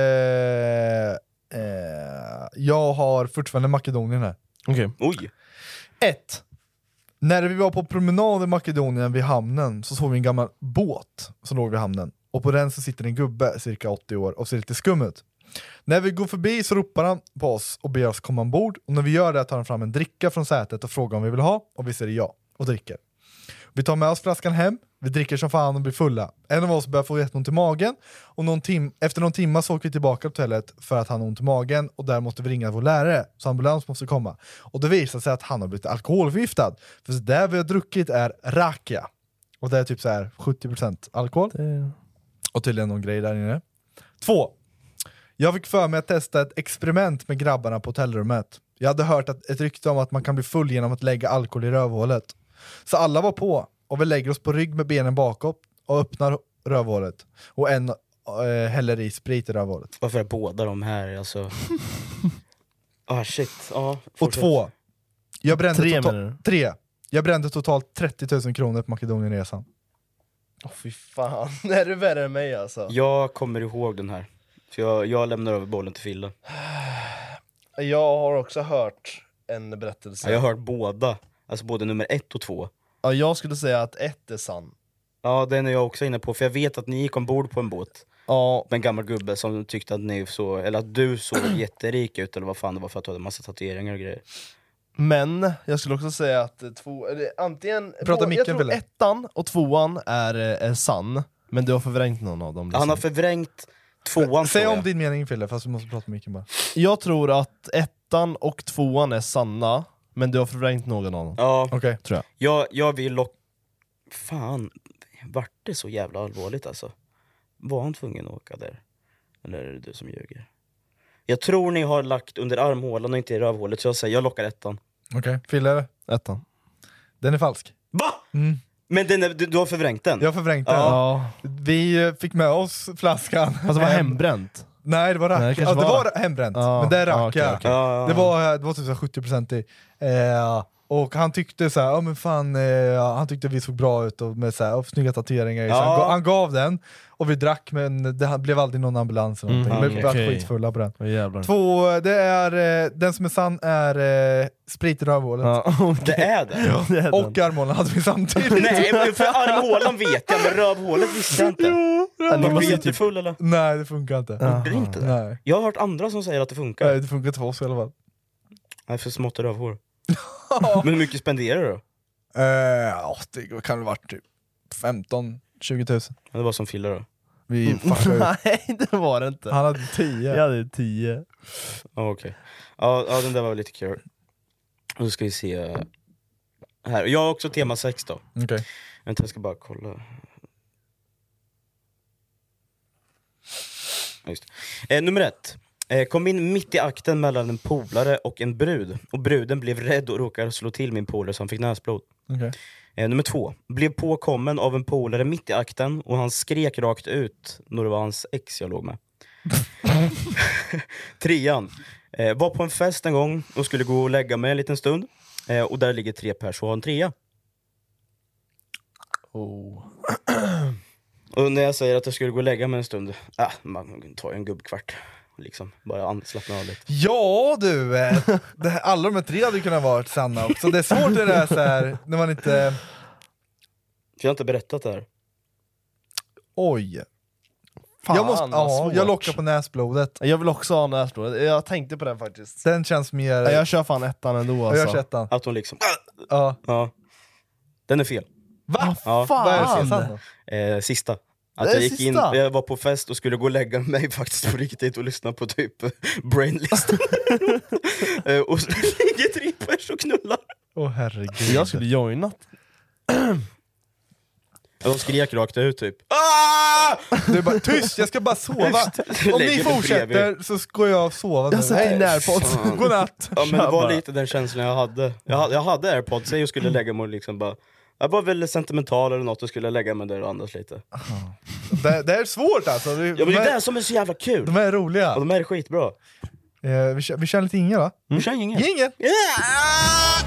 Eh, eh, jag har fortfarande Makedonien här. Okej. Okay. Oj. Ett. När vi var på promenad i Makedonien vid hamnen så såg vi en gammal båt som låg vid hamnen. Och på den så sitter en gubbe, cirka åttio år, och ser lite skum ut. När vi går förbi så ropar han på oss och ber oss komma ombord. Och när vi gör det tar han fram en dricka från sätet och frågar om vi vill ha. Och vi säger ja och dricker. Vi tar med oss flaskan hem. Vi dricker som fan och blir fulla. En av oss börjar få jätteont i magen. Och någon tim- efter någon timme så åker vi tillbaka till hotellet för att han har ont i magen. Och där måste vi ringa vår lärare. Så ambulans måste komma. Och det visar sig att han har blivit alkoholförgiftad. För så där vi har druckit är rakia. Och det är typ så här sjuttio procent alkohol. Det... Och tydligen någon grej där inne. Två. Jag fick för mig att testa ett experiment med grabbarna på hotellrummet. Jag hade hört att ett rykte om att man kan bli full genom att lägga alkohol i rövhålet. Så alla var på. Och vi lägger oss på rygg med benen bakåt och öppnar rövhålet. Och en äh, häller i sprit i rövhålet. Varför är båda de här? Alltså... ah shit. Ah, och två. Jag brände tre, tota- tre. Jag brände totalt trettio tusen kronor på Makedonienresan. Åh oh, fy fan. Är du värre än mig alltså? Jag kommer ihåg den här. För jag, jag lämnar över bollen till Fille. Jag har också hört en berättelse. Ja, jag har hört båda. Alltså både nummer ett och två. Ja, jag skulle säga att ett är sann. Ja, den är jag också inne på. För jag vet att ni gick ombord på en båt. Ja. Med en gammal gubbe som tyckte att ni så, eller att du såg jätterik ut. Eller vad fan det var, för att du hade massa tatueringar och grejer. Men jag skulle också säga att två, eller, antingen Prata två, micken, jag tror Ville. ettan och tvåan är, är sann. Men du har förvrängt någon av dem liksom. Han har förvrängt tvåan. Säg om din mening, Fille, fast du måste prata micken bara. Jag tror att ettan och tvåan är sanna. Men du har förvrängt någon av dem. Ja, okej. Okay. Tror jag. Jag, jag vill lock... Fan, vart det så jävla allvarligt alltså? Var han tvungen att åka där? Eller är det du som ljuger? Jag tror ni har lagt under armhålan och inte i rövhålet. Så jag säger, jag lockar ettan. Okej, okay. Fille? Ettan. Den är falsk. Va? Mm. Men den är, du, du har förvrängt den? Jag har förvrängt den. Ja. Vi fick med oss flaskan. Alltså det var hembränt? Nej, det var rack. Nej, det, ja, det var... var hembränt. Ja. Men det är rack. Ja, okay, okay. Ja, det var, det var typ så sjuttio procent i. Eh, Och han tyckte så här, ja men fan, eh, han tyckte vi såg bra ut och med så här, och snygga tatueringar. Ja. Så han, gav, han gav den och vi drack, men det blev aldrig någon ambulans eller någonting. Mm, Vi okay. blev skitfulla på den. Oh, Två, det är eh, den som är sann är eh, sprit i rövhålet. Ja, okay. Det är det. Ja, det är och armhålan hade vi samtidigt. Nej, men för armhålan vet jag, men rövhålet visste jag inte. Ja, Var du typ- jättefull eller? Nej, det funkar inte. Gjorde det inte det? Nej. Jag har hört andra som säger att det funkar. Nej, det funkar inte för oss i alla fall. Nej, för smått rövhår. Men hur mycket spenderar du då? Uh, ja, det kan väl varit typ femton till tjugo tusen. Det var som Fille då? Vi Mm. Nej, det var det inte. Han hade tio. Jag hade tio. Ja, okej. Ja, ja, den där var lite kul. Och så ska vi se här. Jag har också tema sex då. Okej. Okay. Vänta, jag ska bara kolla. Just. Eh, nummer ett. Eh, kom in mitt i akten mellan en polare och en brud. Och bruden blev rädd och råkade slå till min polare som fick näsblod. Okay. Eh, nummer två. Blev påkommen av en polare mitt i akten och han skrek rakt ut när det var hans ex jag låg med. Trean. Eh, var på en fest en gång och skulle gå och lägga mig en liten stund. Eh, och där ligger tre pers och har en trea. Oh. Och när jag säger att jag skulle gå och lägga mig en stund, ah, man tar en gubbkvart. Liksom, bara slappna av lite. Ja du, eh, det här, alla de här tre hade kunnat vara sanna också. Det är svårt det där så här, när man inte... Jag har inte berättat det här. Oj. Fan, jag, måste, ja, svårt. jag lockar på näsblodet. Jag vill också ha näsblodet. Jag tänkte på den faktiskt. Den känns mer... Ja, jag kör fan ettan ändå alltså. Jag kör ettan. Att hon liksom... Ja. Ja. Den är fel. Va? Ja. Fan! Vad är det sen då? Eh, sista. Att Det är jag gick in, sista. jag var på fest och skulle gå och lägga mig faktiskt på riktigt och lyssna på typ Brainlist. eh, och så ligger tre pers och knullar. Åh oh, herregud. Jag skulle joinat. De skrek rakt ut typ. Du är bara, tyst, jag ska bara sova. Om ni fortsätter så ska jag sova. Jag sätter in AirPods. Godnatt. Ja, men det var lite den känslan jag hade. Jag hade, jag hade AirPods, jag skulle lägga mig och liksom bara... Jag var väldigt sentimental eller något och skulle lägga mig där och andas lite. Det, det är svårt alltså. Det, ja, men det är det som är så jävla kul. De är roliga. Och de är skitbra. Eh, vi, kör, vi kör lite Inge va? Mm. Vi kör ingen. Ingen. Yeah!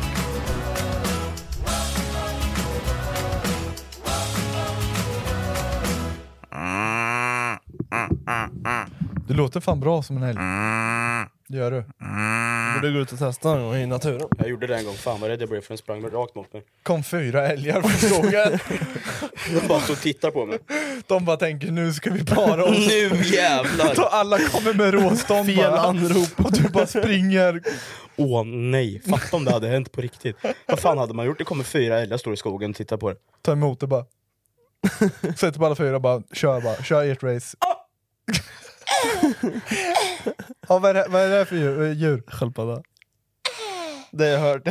Du låter fan bra som en älg. Det gör du. Du borde gå ut och testa en gång i naturen. Jag gjorde det en gång, fan vad rädd jag blev för den sprang rakt mot mig. Kom fyra älgar från skogen. De bara så tittar på mig. De bara tänker, nu ska vi para oss. Nu jävlar. Så alla kommer med råstånd. Fel anrop. Och du bara springer. Åh nej, fatta om det hade hänt på riktigt. Vad fan hade man gjort? Det kommer fyra älgar, står i skogen och tittar på det. Ta emot det bara. Sätter på alla fyra, bara kör bara. Kör ert race. Ja, vad, är det, vad är det för djur? djur? Sköldpadda. Det har jag hört.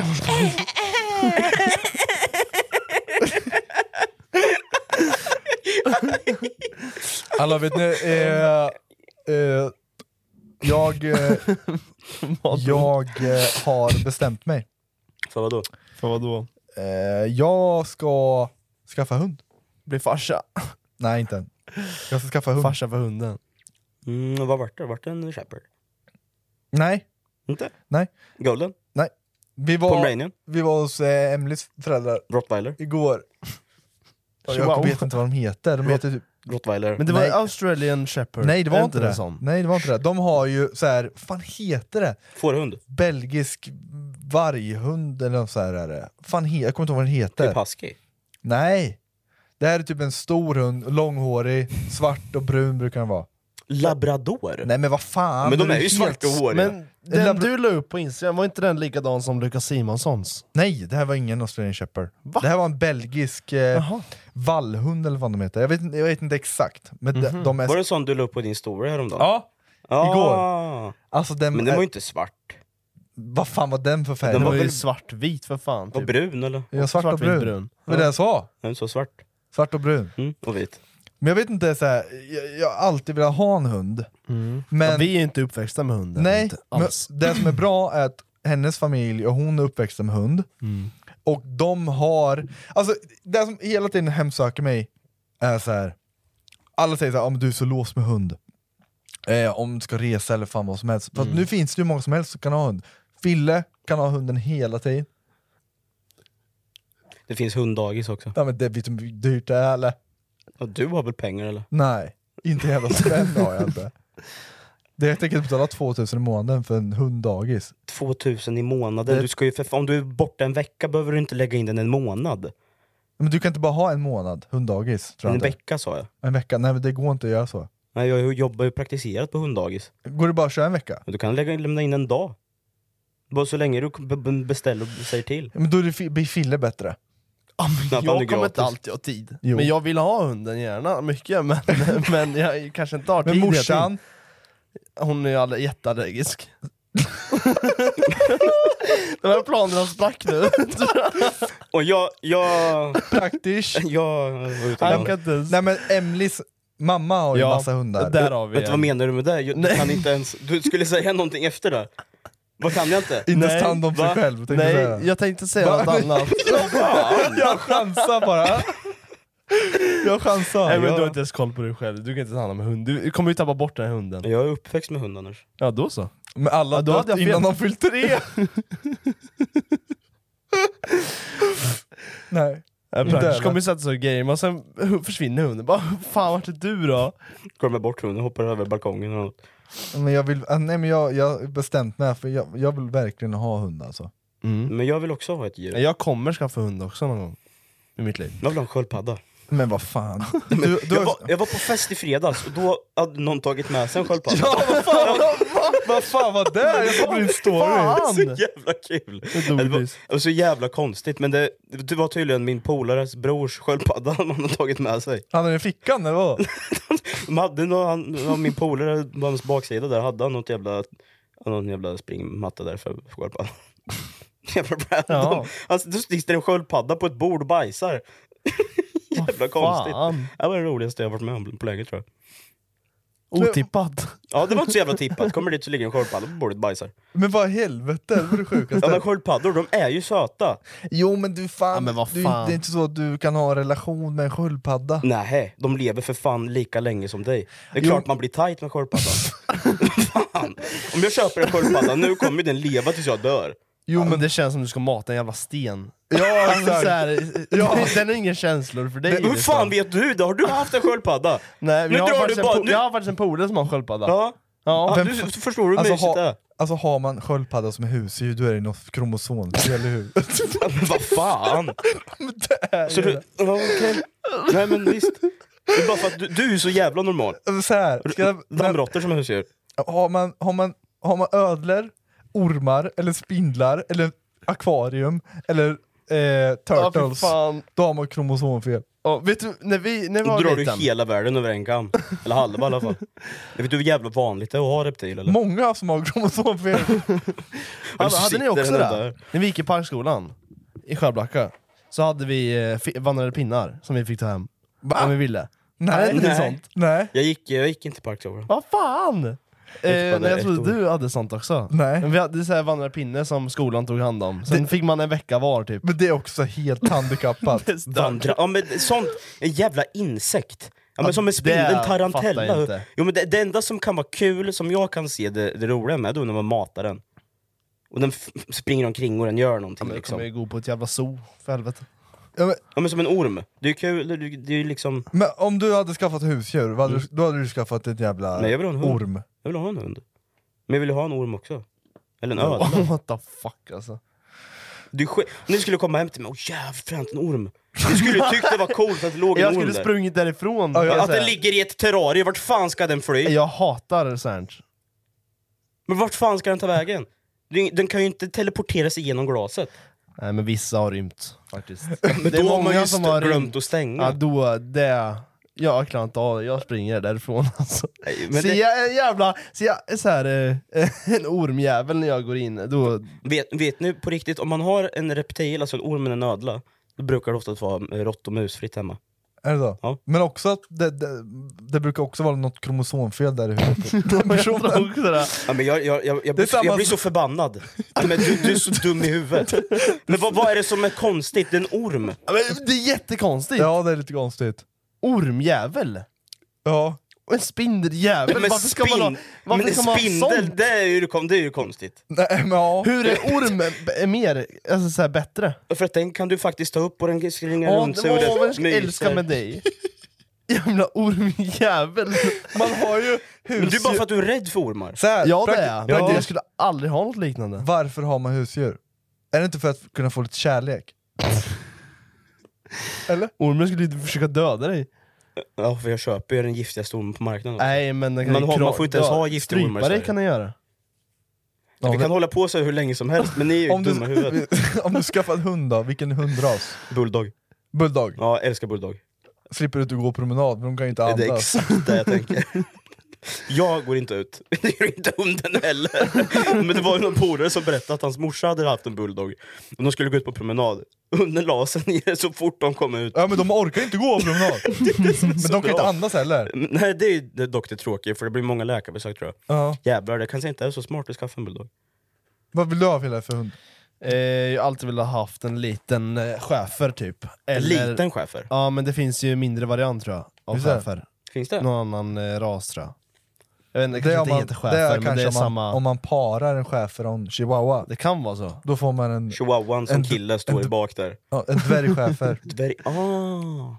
Alla vet ni, eh, eh, jag, eh, jag eh, har bestämt mig. För vad då? För vad då? Eh, jag ska skaffa hund. Bli farsa. Nej, inte än. Jag ska skaffa hund. Farsa för hunden. Mm, vad vart det? Vart det en shepherd? Nej. Inte? Nej. Golden? Nej. Vi var, Pomeranian? vi var hos eh, Emelies föräldrar Rottweiler? igår. Och jag Wow. vet inte vad de heter. De heter typ... Rottweiler? Men det var Nej. Australian Shepherd. Nej, det var Är inte det. sån? Nej, det var inte det. De har ju så här, fan heter det? Fårhund? Belgisk varghund eller något så här är det. Fan, he- jag kommer inte ihåg vad den heter. Typ husky? Nej. Det här är typ en stor hund, långhårig, svart och brun brukar den vara. Labrador? Nej men vad fan. Men de är ju helt- svarta och håriga. Men den Labra- du la upp på Instagram, var inte den likadan som Lukas Simonssons? Nej, det här var ingen Australian Shepherd. Va? Det här var en belgisk eh, vallhund eller vad de heter. Jag vet, inte- jag vet inte exakt. Men de, Mhm. de är... Var det sån du la upp på din story häromdagen? Ja, Ah. igår. Alltså den, Men den är... var ju inte svart. Vad fan var den för färg? Den var var ju väl- svartvit för fan. Var Typ. brun eller? Ja, svart och Svartvit brun. brun. Det var det jag sa. Den så svart. Svart och brun. Mm, och vit. Men jag vet inte, så här, jag, jag har alltid velat ha en hund. Mm. Men Ja, vi är ju inte uppväxta med hunden. nej, Inte men alls. det som är bra är att hennes familj och hon är uppväxta med hund. Mm. Och de har, alltså det som hela tiden hemsöker mig är så här. Alla säger så här, om du är så låst med hund. Eh, om du ska resa eller fan vad som helst. För att Mm. nu finns det ju många som helst som kan ha hund. Fille kan ha hunden hela tiden. Det finns hunddagis också. Ja, men det blir så dyrt det här, eller? Och du har väl pengar eller? Nej, inte hela spänn har jag inte. Det är helt enkelt betala tvåtusen i månaden för en hunddagis. tvåtusen i månaden? Det... Du ska ju för, om du är borta en vecka behöver du inte lägga in den en månad. Men du kan inte bara ha en månad hunddagis, tror jag. En inte. vecka sa jag. En vecka? Nej, men det går inte att göra så. Nej, jag jobbar ju praktiserat på hunddagis. Går det bara att köra en vecka? Du kan lägga, lämna in en dag. Bara så länge du beställer och säger till. Men då blir Fille bättre. Ja, men jag kommer inte alltid ha tid. Jo. Men jag vill ha hunden gärna, mycket. Men, men jag kanske inte har tid. Men morsan? Hon är all, jätteallergisk. De här planerna sprack nu. Och jag... jag Praktiskt. jag, jag kan inte ens... Nej, men Emelies mamma har ju ja, massa hundar. Där har vi vet du vad menar du med det? Du, kan inte ens, du skulle säga någonting efter det. Vad kan jag inte? Inte ta hand om sig själv. Nej, säga. jag tänkte säga Va? något annat. Jag chansar bara. Jag chansar. Nej, men jag... du har inte ens koll på dig själv. Du kan inte ta hand om en hund. Du kommer ju tappa bort den här hunden. Jag är uppväxt med hundar. Ja, då så. Men alla ja, då hade jag innan de fyllt tre. Nej. Så kommer vi sätta sig och game och sen försvinner hunden. Bara, fan, vart är du då? Kommer bort hunden, hoppar över balkongen och något. Men jag vill, nej men jag jag bestämt mig för jag, jag vill verkligen ha hund alltså. Mm. Men jag vill också ha ett djur. Jag kommer skaffa hund också någon gång i mitt liv. Jag vill ha en sköldpadda. Men vad fan. Du, du jag, var, jag var på fest i fredags och då hade någon tagit med sig en sköldpadda. Ja, vad fan, vad, vad fan var det? Jag såg din story. Fan. Så jävla kul. Det var, det var så jävla konstigt, men det, det var tydligen min polares brors sköldpadda man hade tagit med sig. Han hade i fickan eller vad? De hade någon, min polare på hans baksida där hade han något jävla, någon jävla springmatta där för sköldpadda. Jävla random. Ja. Alltså, då sticks det en sköldpadda på ett bord och bajsar. Jävla konstigt. Det var det roligaste jag varit med om på länge, tror jag. Otippat. Ja, det var inte så jävla tippat. Kommer dit så ligger en sköldpadda på bordet och bajsar. Men vad i helvete, det var det sjukaste. Ja, men sköldpaddor, de är ju söta. Jo, men du fan, ja, men vad du, fan. det är inte så att du kan ha en relation med en sköldpadda. Nej, de lever för fan lika länge som dig. Det är jo. klart man blir tight med sköldpaddan. Fan. Om jag köper en sköldpadda, nu kommer den leva tills jag dör. Jo, men det känns som du ska mata en jävla sten. Ja, alltså, så här, ja. Den har ingen känslor för dig. Men hur fan vet du det? Har du haft en sköldpadda? Nej, men jag, har du bara, nu... jag har faktiskt en polare som har en sköldpadda. Ja, ja. ja. Du, du förstår hur alltså, mysigt det är. Alltså har man sköldpadda som är husdjur, då är det något kromosom, eller hur? Men vad fan? Men det är så du, ja, okay. Nej men visst. Det är bara för att du, du är så jävla normal. Så här, ska jag, Dammråttor som husdjur. Har man, har, man, har man ödlor, ormar, eller spindlar, eller akvarium, eller eh, turtles, ja, då har man kromosomfel. Ja, vet du, när vi, när vi då drar du hela världen över en kam. Eller halva i alla fall. Jag vet du hur jävla vanligt det är att ha reptil eller? Många som har kromosomfel. Hade, hade ni också det? Där? När vi gick i parkskolan i Skärblacka så hade vi eh, vandrade pinnar som vi fick ta hem. Va? Om vi ville. Nej, nej. Sånt. Nej. Jag gick, jag gick inte i parkskolan. Vad fan? Eh, nej, jag trodde du hade sånt också. Nej. Men vi hade så här vandrarpinne som skolan tog hand om. Sen det... fick man en vecka var typ. Men det är också helt handikappat. Vandra. Ja, men sånt, en jävla insekt. Ja, men som en spindel, en tarantella. Jo, men det, det enda som kan vara kul, som jag kan se det, det roliga med, då när man matar den. Och den f- springer omkring och den gör någonting. Ja, liksom. kommer ju gå på ett jävla zoo, för helvete. Ja men, ja, men som en orm. Det är kul, det är, det är liksom... Men om du hade skaffat husdjur, vad hade mm. du, då hade du skaffat ett jävla Nej, jag vill ha en hund. orm. Jag vill ha en hund. Men jag vill ha en orm också. Eller en ödla. Oh, what the fuck alltså. Du, ni skulle komma hem till mig, åh jävlar, fränt en orm. Du skulle tyckt det var coolt att det låg en jag orm där. Jag skulle sprungit därifrån. Ja, att den ligger i ett terrarium, vart fan ska den fly? Jag hatar sånt. Men vart fan ska den ta vägen? Den kan ju inte teleportera sig genom glaset. Nej, men vissa har rymt faktiskt. Men det då har man ju som har glömt rymt. att stänga. Ja, då, det... Jag klarar inte av det, jag springer därifrån alltså. Nej, men ser det... jag en jävla, ser jag så här, eh, en ormjävel när jag går in då... vet, vet ni på riktigt, om man har en reptil, alltså en orm eller en ödla, då brukar det ofta vara rått och musfritt hemma. Är det så? Ja. Men också att det, det, det brukar också vara något kromosomfel där i huvudet. Ja, men jag, jag, jag, jag, blir, jag blir så förbannad. Ja, men du, du är så dum i huvudet. Men vad, vad är det som är konstigt? Det är en orm. Ja, men det är jättekonstigt. Ja, det är lite konstigt. Ormjävel. Ja. En spindeljävel, men varför ska man ha, varför men ska man spindel, ha sånt? det är ju, det är ju konstigt. Nej, men, ja. Hur är orm är mer, alltså så här, bättre? För att den kan du faktiskt ta upp och den springer Ja, runt det sig. och var vad jag det ska älska med dig. Jävla ormjävel. Man har ju husdjur. Men det är bara för att du är rädd för ormar. Så här, Ja det prakt- är jag, men Ja. jag skulle aldrig ha något liknande. Varför har man husdjur? Är det inte för att kunna få lite kärlek? Eller? Ormen skulle inte försöka döda dig. Ja, för jag köper ju den giftigaste ormen på marknaden. Nej men den kan man, ju har, kra- man får inte ens dö- ha giftiga ormar i Strypa dig Sverige. kan den göra. Vi kan hålla på så hur länge som helst, men ni är ju Om dumma i du, huvudet. om du skaffar en hund då, vilken hundras? Bulldog. Bulldog? Ja, jag älskar bulldog. Slipper du inte gå promenad, men de kan ju inte Det andas. är exakt det jag tänker. Jag går inte ut, det gör inte hunden heller. Men det var ju någon polare som berättade att hans morsa hade haft en bulldog och de skulle gå ut på promenad. Hunden la sig ner så fort de kom ut. Ja men de orkar inte gå på promenad. Men de kan bra. inte andas heller. Nej, det är det är dock det tråkiga, för det blir många läkarbesök tror jag. Ja. Jävlar, det kanske inte är så smart att skaffa en bulldog. Vad vill du ha för, för hund? Eh, jag har alltid velat ha haft en liten eh, schäfer typ. En liten schäfer? Ja men det finns ju mindre variant tror jag av Finns det? schäfer. Finns det? Någon annan eh, ras tror jag. Jag vet inte, det Det är kanske om inte man, heter det schäfer är men kanske det är om man, samma. om man parar en schäfer och en chihuahua. Det kan vara så. Då får man en, Chihuahuan som en- kille står i en- bak där. ja, en dvärgschäfer. Dvärg... Ah.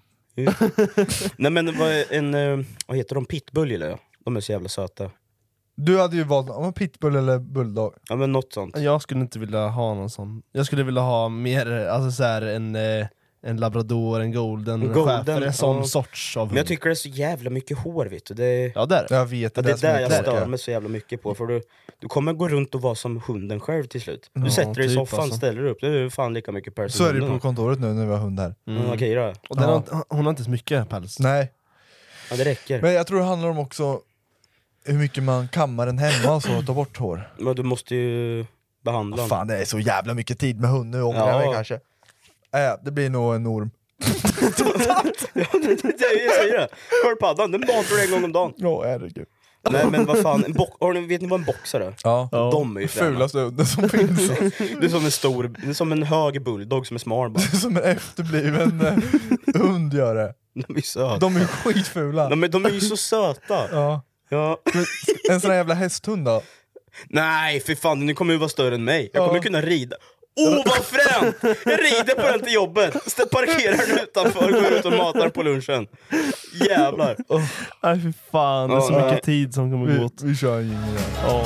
Nej men vad är en, eh, vad heter de? Pitbull eller? De är så jävla söta. Du hade ju valt om en pitbull eller bulldog. Ja men något sånt. Jag skulle inte vilja ha någon sån. Jag skulle vilja ha mer, alltså så här, en, eh, en labrador, en golden, En golden, schäfer, en sån ja. sorts av hund. Men jag tycker det är så jävla mycket hår vet du. Det är, Ja där. Jag vet ja, det, det är som är där jag tråkigt. stör mig så jävla mycket på. För du, du kommer gå runt och vara som hunden själv till slut. Du Ja, sätter dig i typ soffan, alltså. ställer upp. Det är fan lika mycket per Så är det ju hunden på har. kontoret nu när vi har hund här. Mm. Ja, okej då. Och den Ja. har, hon har inte så mycket päls. Nej, Ja det räcker. men jag tror det handlar om också hur mycket man kammar den hemma och så och tar bort hår. Men du måste ju behandla den. Fan det är så jävla mycket tid med hund nu, ångrar jag Ja. mig kanske. Äh, det blir nog en orm. Ja, det, det, det, jag säger det. Sköldpaddan, den matar du en gång om dagen. Ja, herregud. Nej men vad fan, en bo- har ni, vet ni vad en boxer är? Ja. De är ju fräna. Fulaste hunden som finns. Det är som en stor, det är som en hög bulldog som är smal bara. Som en efterbliven eh, hund gör det. De är söta. De är skitfula. Ja, men de är ju så söta. Ja. Ja. Men en sån här jävla hästhund då? Nej för fan, den kommer ju vara större än mig. Jag Ja. kommer kunna rida. Åh oh, vad fränt! Jag rider på den till jobbet. Stä- Parkerar den utanför, går ut och matar på lunchen. Jävlar. Nej för fan, det är så Ja, mycket nej. tid som kommer Vi, gå åt. vi kör en jingel där. Ja.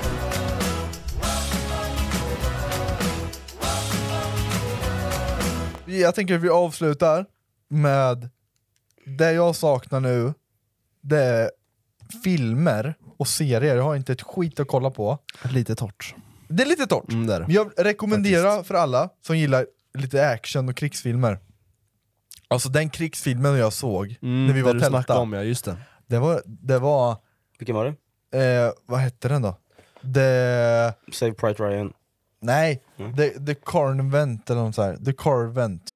Jag tänker att vi avslutar med det jag saknar nu. Det är filmer och serier. Jag har inte ett skit att kolla på. Lite torrt. Det är lite torrt. Mm, där. Men jag rekommenderar för alla som gillar lite action och krigsfilmer. Alltså den krigsfilmen jag såg Mm, när vi var där du snackade tälta. om, ja just det. Det var, det var Vilken var det? eh, vad hette den då? Det... Save Pride Ryan. Nej, Mm. The, the Carvent eller något så här. The Carvent.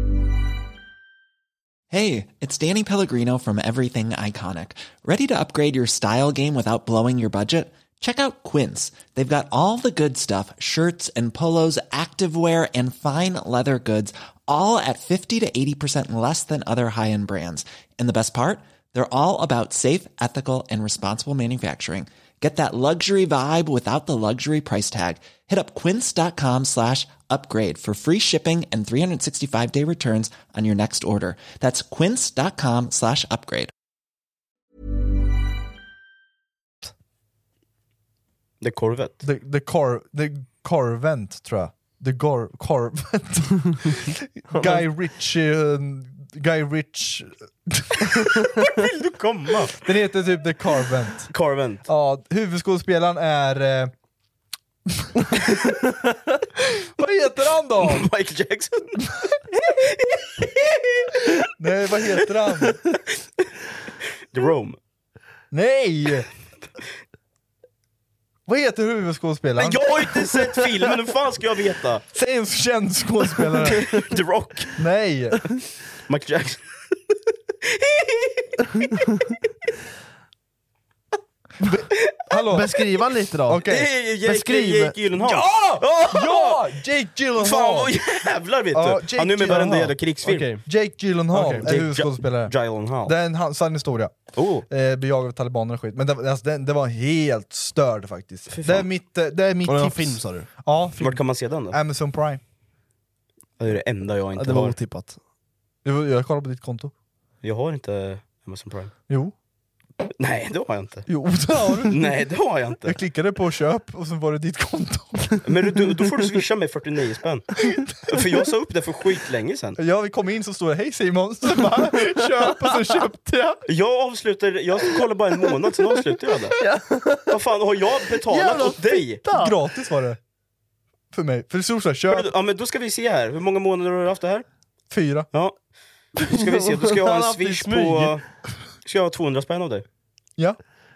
Hey, it's Danny Pellegrino from Everything Iconic. Ready to upgrade your style game without blowing your budget? Check out Quince. They've got all the good stuff, shirts and polos, activewear and fine leather goods, all at fifty to eighty percent less than other high-end brands. And the best part? They're all about safe, ethical and responsible manufacturing. Get that luxury vibe without the luxury price tag. Hit up quince.com slash upgrade for free shipping and three sixty-five day returns on your next order. That's quince.com slash upgrade. The Corvette. The, the, car, the Carvent tror jag. The Gar, Carvent. Guy Ritchie... uh, Guy Rich... Var vill du komma? Den heter typ The Carvent. Carvent. Ja, huvudskådespelaren är... Eh... vad heter han då? Michael Jackson. Nej, vad heter han? Jerome. Nej! Vad heter huvudskådespelaren? Men jag har inte sett filmen, hur fan ska jag veta? Säg en känd skådespelare. The Rock. Nej. Michael Jackson. Hallå? Beskriv han lite då. Okej. Det är Jake, Beskriv- Jake Gyllenhaal. Ja! Oh! Ja! Jake Gyllenhaal! Fan vad jävlar vet du. Ja, Jake Han är med varenda Gyllenhaal. jävla krigsfilm. Okej. Jake Gyllenhaal Okej. är Jake huvudskådespelare. Gyllenhaal. Det är en han- sann historia. Oh. Eh, bejagad av talibaner och skit. Men det, alltså, det, det var helt störd faktiskt. Fy fan. Det är mitt, eh, det är mitt Och det var tips. film sa du? Ja, film. Vart kan man se den då? Amazon Prime. Det är det enda jag Ja, inte det var har. otippat. Jag, jag kollar på ditt konto. Jag har inte Amazon Prime. Jo. Nej, det har jag inte. Jo, det har du. Nej, det har jag inte. Jag klickade på köp och sen var det ditt konto. Men du, du, då får du swisha mig fyrtionio spänn. För jag sa upp det för skit länge sedan. Ja, vi kom in så står det hej Simon, så bara köp och så köpte jag. Jag avslutade, jag kollar bara en månad, sen avslutade jag det. Ja. Vad fan, har jag betalat Jävla åt dig? Gratis var det. För mig. För det stod så här, köp. Ja men då ska vi se här, hur många månader har du haft det här? Fyra. Ja. Då ska vi se, då ska jag ha Han en har haft i swish smyg. på... Ska jag ha tvåhundra spänn av dig? Ja.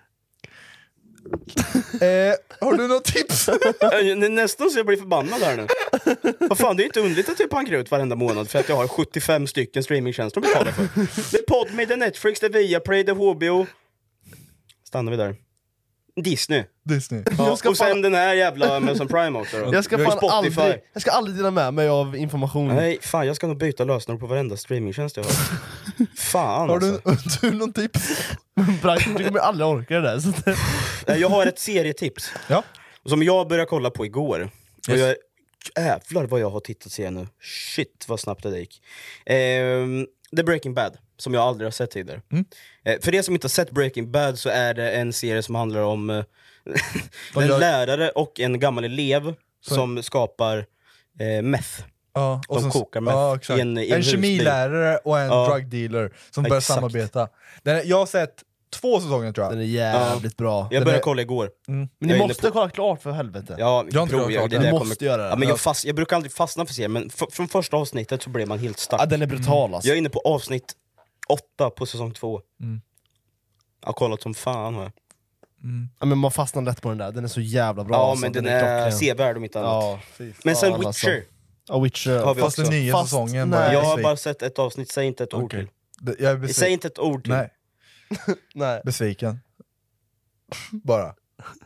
eh, har du något tips? Äh, Nästan så jag blir förbannad här nu. Vad fan, det är inte underligt att jag pankar ut varenda månad för att jag har sjuttiofem stycken streamingtjänster att betala för. Det är Podme, det är Netflix, det är Viaplay, det är H B O. Stannar vi där. Disney. Disney. Ja, Jag ska och sen fan- den här jävla Amazon Prime också då. Jag ska Och fan Spotify. aldrig, jag ska aldrig dela med mig av information. Nej, fan jag ska nog byta lösenord på varenda streamingtjänst jag har. Fan Har du, alltså. du någon tips? Praktiskt, du kommer aldrig orka det där. Så det... Nej, jag har ett serietips. Ja. Som jag började kolla på igår. Och Yes. jag, jävlar vad jag har tittat se nu. Shit vad snabbt det gick. Ehm, The Breaking Bad, som jag aldrig har sett tidigare. Mm. Eh, för er som inte har sett Breaking Bad så är det en serie som handlar om eh, en gör- lärare och en gammal elev Så- som skapar eh, meth. Ja, och De sen- kokar meth ja, exakt. i en- i en en husbil. kemilärare och en Ja. drug dealer som börjar Exakt. samarbeta. Den är, jag har sett två säsonger tror jag. Den är jävligt bra. Jag Den började är- kolla igår. Mm. Men Jag ni är inne måste på- kolla klart för helvete. Ja, Jag har inte provar kollat jag. klart Det är den. det jag Du kommer... måste göra det. Ja, men jag, Ja. fast, jag brukar aldrig fastna för serien, men f- från första avsnittet så blir man helt stark. Ja, den är brutal alltså. Jag är inne på avsnitt åtta på säsong två. Mm. Jag har kollat som fan här. Ja, men man fastnar lätt på den där, den är så jävla bra Ja alltså. men den, är klockren. sevärd om inte annat. Ja, fy Men sen fan, Witcher. alltså. Ja, Witcher. Har vi Fast också. den nya Fast- säsongen nej. bara Jag har besviken. bara sett ett avsnitt, säg inte ett ord Okej. till. Det- Jag är Säg besviken. inte ett ord till. Nej, Nej. besviken. Bara.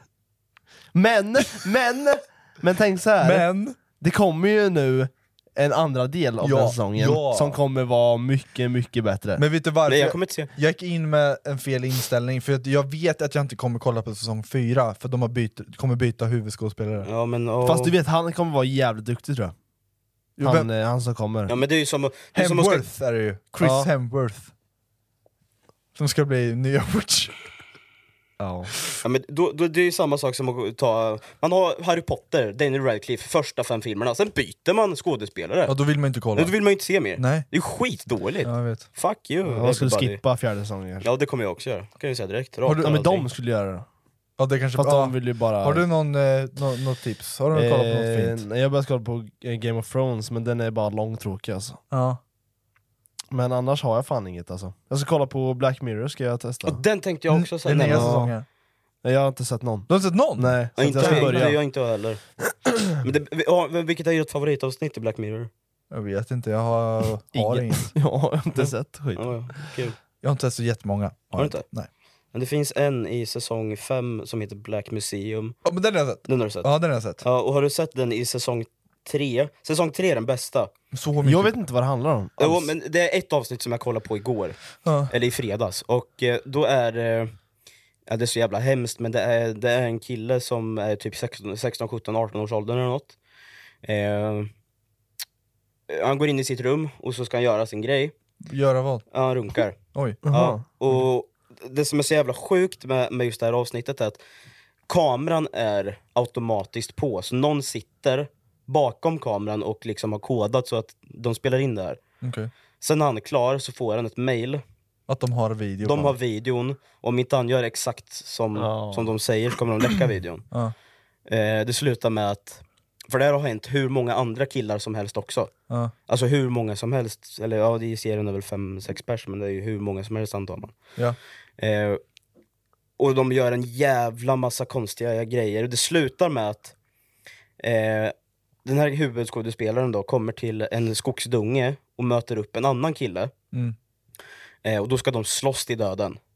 Men, men, men tänk så här. Men, det kommer ju nu en andra del av Ja, den säsongen ja. som kommer vara mycket, mycket bättre. men vet du varför? Nej jag kommer inte se. Jag gick in med en fel inställning för att jag vet att jag inte kommer kolla på säsong fyra för de har bytt, kommer byta huvudskådespelare. Ja men åh. Fast du vet, han kommer vara jävligt duktig tror jag. Jo, Han, vem- eh, han som kommer. Ja men det är ju som, det är som att ska... Hemworth är det ju. Chris Ja. Hemworth. Som ska bli nya Witcher. Ja. Ja, men då, då, det är ju samma sak som att ta... Man har Harry Potter, Daniel Radcliffe, första fem filmerna. Sen byter man skådespelare. Ja, då vill man inte kolla. Då vill man ju inte se mer. Nej. Det är ju skitdåligt. Ja, jag vet. Fuck you. Jag skulle everybody. skippa fjärde säsongen. Ja det kommer jag också göra. Kan jag säga direkt. Har du- Ja, men allting. de skulle göra det. Ja, det kanske... Fast ja. de vill ju bara... Har du någon, eh, nå- något tips? Har du kollat på något Eh, fint? nej, jag började kolla på eh, Game of Thrones, men den är bara långtråkig alltså. Ja. Men annars har jag fan inget alltså. Jag ska kolla på Black Mirror, ska jag testa. Och den tänkte jag också Den säga. nya nämna. säsongen. Nej, jag har inte sett någon. Du har inte sett någon? Nej, så Ja, att inte, jag ska jag, börja. jag inte jag heller. Men det, ja, men vilket är ert favoritavsnitt i Black Mirror? Jag vet inte, jag har, har Ingen. inget. Jag har inte sett skit. Ja, ja, kul. Jag har inte sett så jättemånga. Har du inte? Nej. Men det finns en i säsong fem som heter Black Museum. Ja, men den har jag sett. Den har du sett? Ja, den har jag sett. Ja, och har du sett den i säsong tre? Säsong tre är den bästa. Så mycket. Jag vet inte vad det handlar om. Jo, alls. men det är ett avsnitt som jag kollade på igår. Ja. Eller i fredags. Och eh, då är det... Ja, det är så jävla hemskt, men det är, det är en kille som är typ sexton, sjutton, arton års åldern eller något. Eh, han går in i sitt rum och så ska han göra sin grej. Göra vad? Ja, han runkar. Oj. Ja, och det som är så jävla sjukt med, med just det här avsnittet är att kameran är automatiskt på. Så någon sitter bakom kameran och liksom har kodat så att de spelar in det här. Okej. Sen när han är klar så får han ett mail. Att de har video De på. har videon, och om inte han gör exakt som, Ja. som de säger så kommer de läcka videon. Ja. Eh, det slutar med att, för det här har hänt hur många andra killar som helst också. Ja. Alltså hur många som helst, eller ja, i serien är väl fem, sex pers, men det är ju hur många som helst antar man. Ja. Eh, och de gör en jävla massa konstiga grejer, och det slutar med att eh, den här huvudskådespelaren då kommer till en skogsdunge och möter upp en annan kille. Mm. Eh, och då ska de slåss till döden.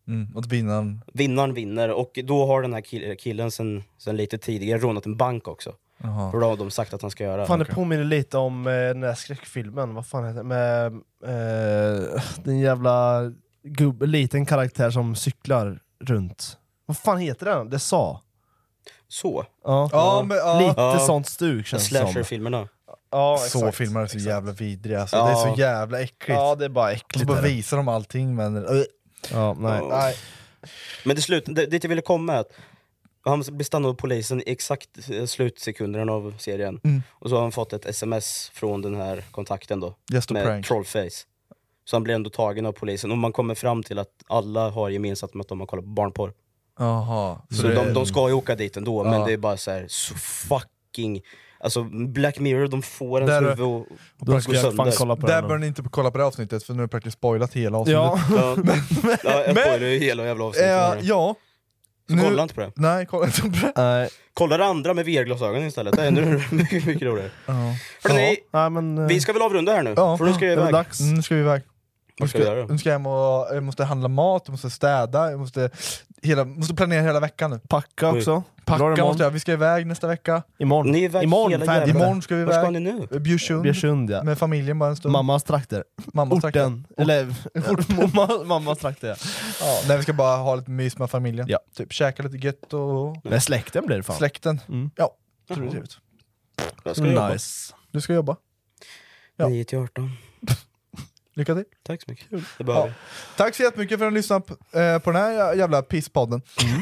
Mm, och vinnaren... Vinnaren vinner, och då har den här kill- killen sen, sen lite tidigare rånat en bank också. Aha. För då har de sagt att han ska göra. Fan, det påminner lite om eh, den där skräckfilmen, vad fan heter det? Med eh, den jävla gubb, liten karaktär som cyklar runt. Vad fan heter den? Det sa. Så? Ja, Ja, men, ja. lite Ja. sånt stuk känns det som. Slasher-filmerna. Ja, Så exakt. filmar är så exakt. jävla vidriga, alltså. Ja. Det är så jävla äckligt. Ja, det är bara Och så äckligt. bara är det. visar de allting, men... Uh. Ja, nej. Ja. Nej. Men det, slut, det, det jag ville komma är att han blir stannad av polisen i exakt eh, slutsekunderna av serien. Mm. Och så har han fått ett sms från den här kontakten då. Just a med prank. Trollface. Så han blir ändå tagen av polisen. Och man kommer fram till att alla har gemensamt med att de har kollat på barnporr. Jaha. Så det- de, de ska ju åka dit ändå, Ja. men det är bara så här så fucking... Alltså Black Mirror, de får ens Där- huvud och, och Då ska gå jag fan sönder. kolla på Där den. bör ni inte kolla på det avsnittet, för nu har jag praktiskt spoilat hela avsnittet. Ja. Ja, ja, jag Men- spoilar ju hela jävla avsnittet. Eh, här. ja. Så Nu- kolla inte på det. Nej, kolla inte på det. Nej. Kolla det andra med V R-glasögon istället, det är ännu mycket, mycket roligare. Ja. Hörrni, Ja, men, eh, vi ska väl avrunda här nu, Ja, för nu ska jag det är iväg. dags. Mm, nu ska vi iväg. Vad Nu ska vi ska, göra? nu ska jag hem och jag måste handla mat, jag måste städa, jag måste, hela, måste planera hela veckan nu. Packa också. Drar Packa imorgon. måste jag, vi ska iväg nästa vecka. Imorgon. Ni är iväg Imorgon, hela färdigt. jävla... Imorgon ska vi Var ska iväg. ni nu? Bjursund. Bjursund, ja. Med familjen bara en stund. Mammas trakter. Mammas trakter. Orten. Eller mamma, mammas trakter, ja. Ja, nej, vi ska bara ha lite mys med familjen. Ja. Typ käka lite gött och Med släkten blir det fan. släkten. Mm. Ja, tror det är trevligt. Jag ska jobba. Nice. Du ska jobba. Ja. nio till arton. Lycka till. Tack så mycket. Det behöver Ja. Tack så jättemycket för att ni lyssnade på, eh, på den här jävla pisspodden.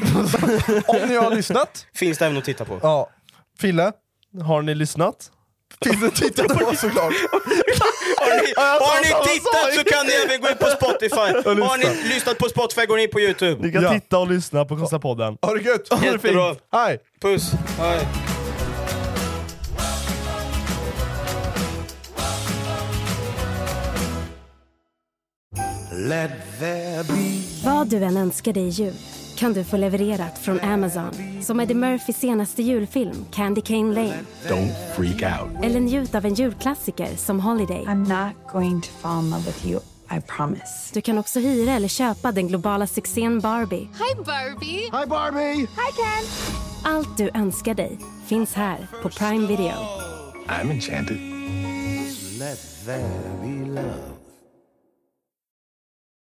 Om ni har lyssnat. Finns det även att titta på. Ja. Fille. Har ni lyssnat? Finns det att titta på såklart. Har ni, har ni tittat så kan ni även gå in på Spotify. Har ni lyssnat på Spotify går ni in på YouTube. Ni kan Ja. titta och lyssna på Kostapodden. Ha det gött. Ha det Jättebra. fint. Hej. Puss. Hej. Vad du än önskar dig i jul kan du få levererat från Amazon. Som Eddie Murphys senaste julfilm Candy Cane Lane. Don't freak out. Eller njut av en julklassiker som Holiday. I'm not going to fall in love with you, I promise. Du kan också hyra eller köpa den globala succén Barbie. Hi Barbie! Hi Barbie! Hi Ken! Allt du önskar dig finns här på Prime Video. I'm enchanted. Let there be love.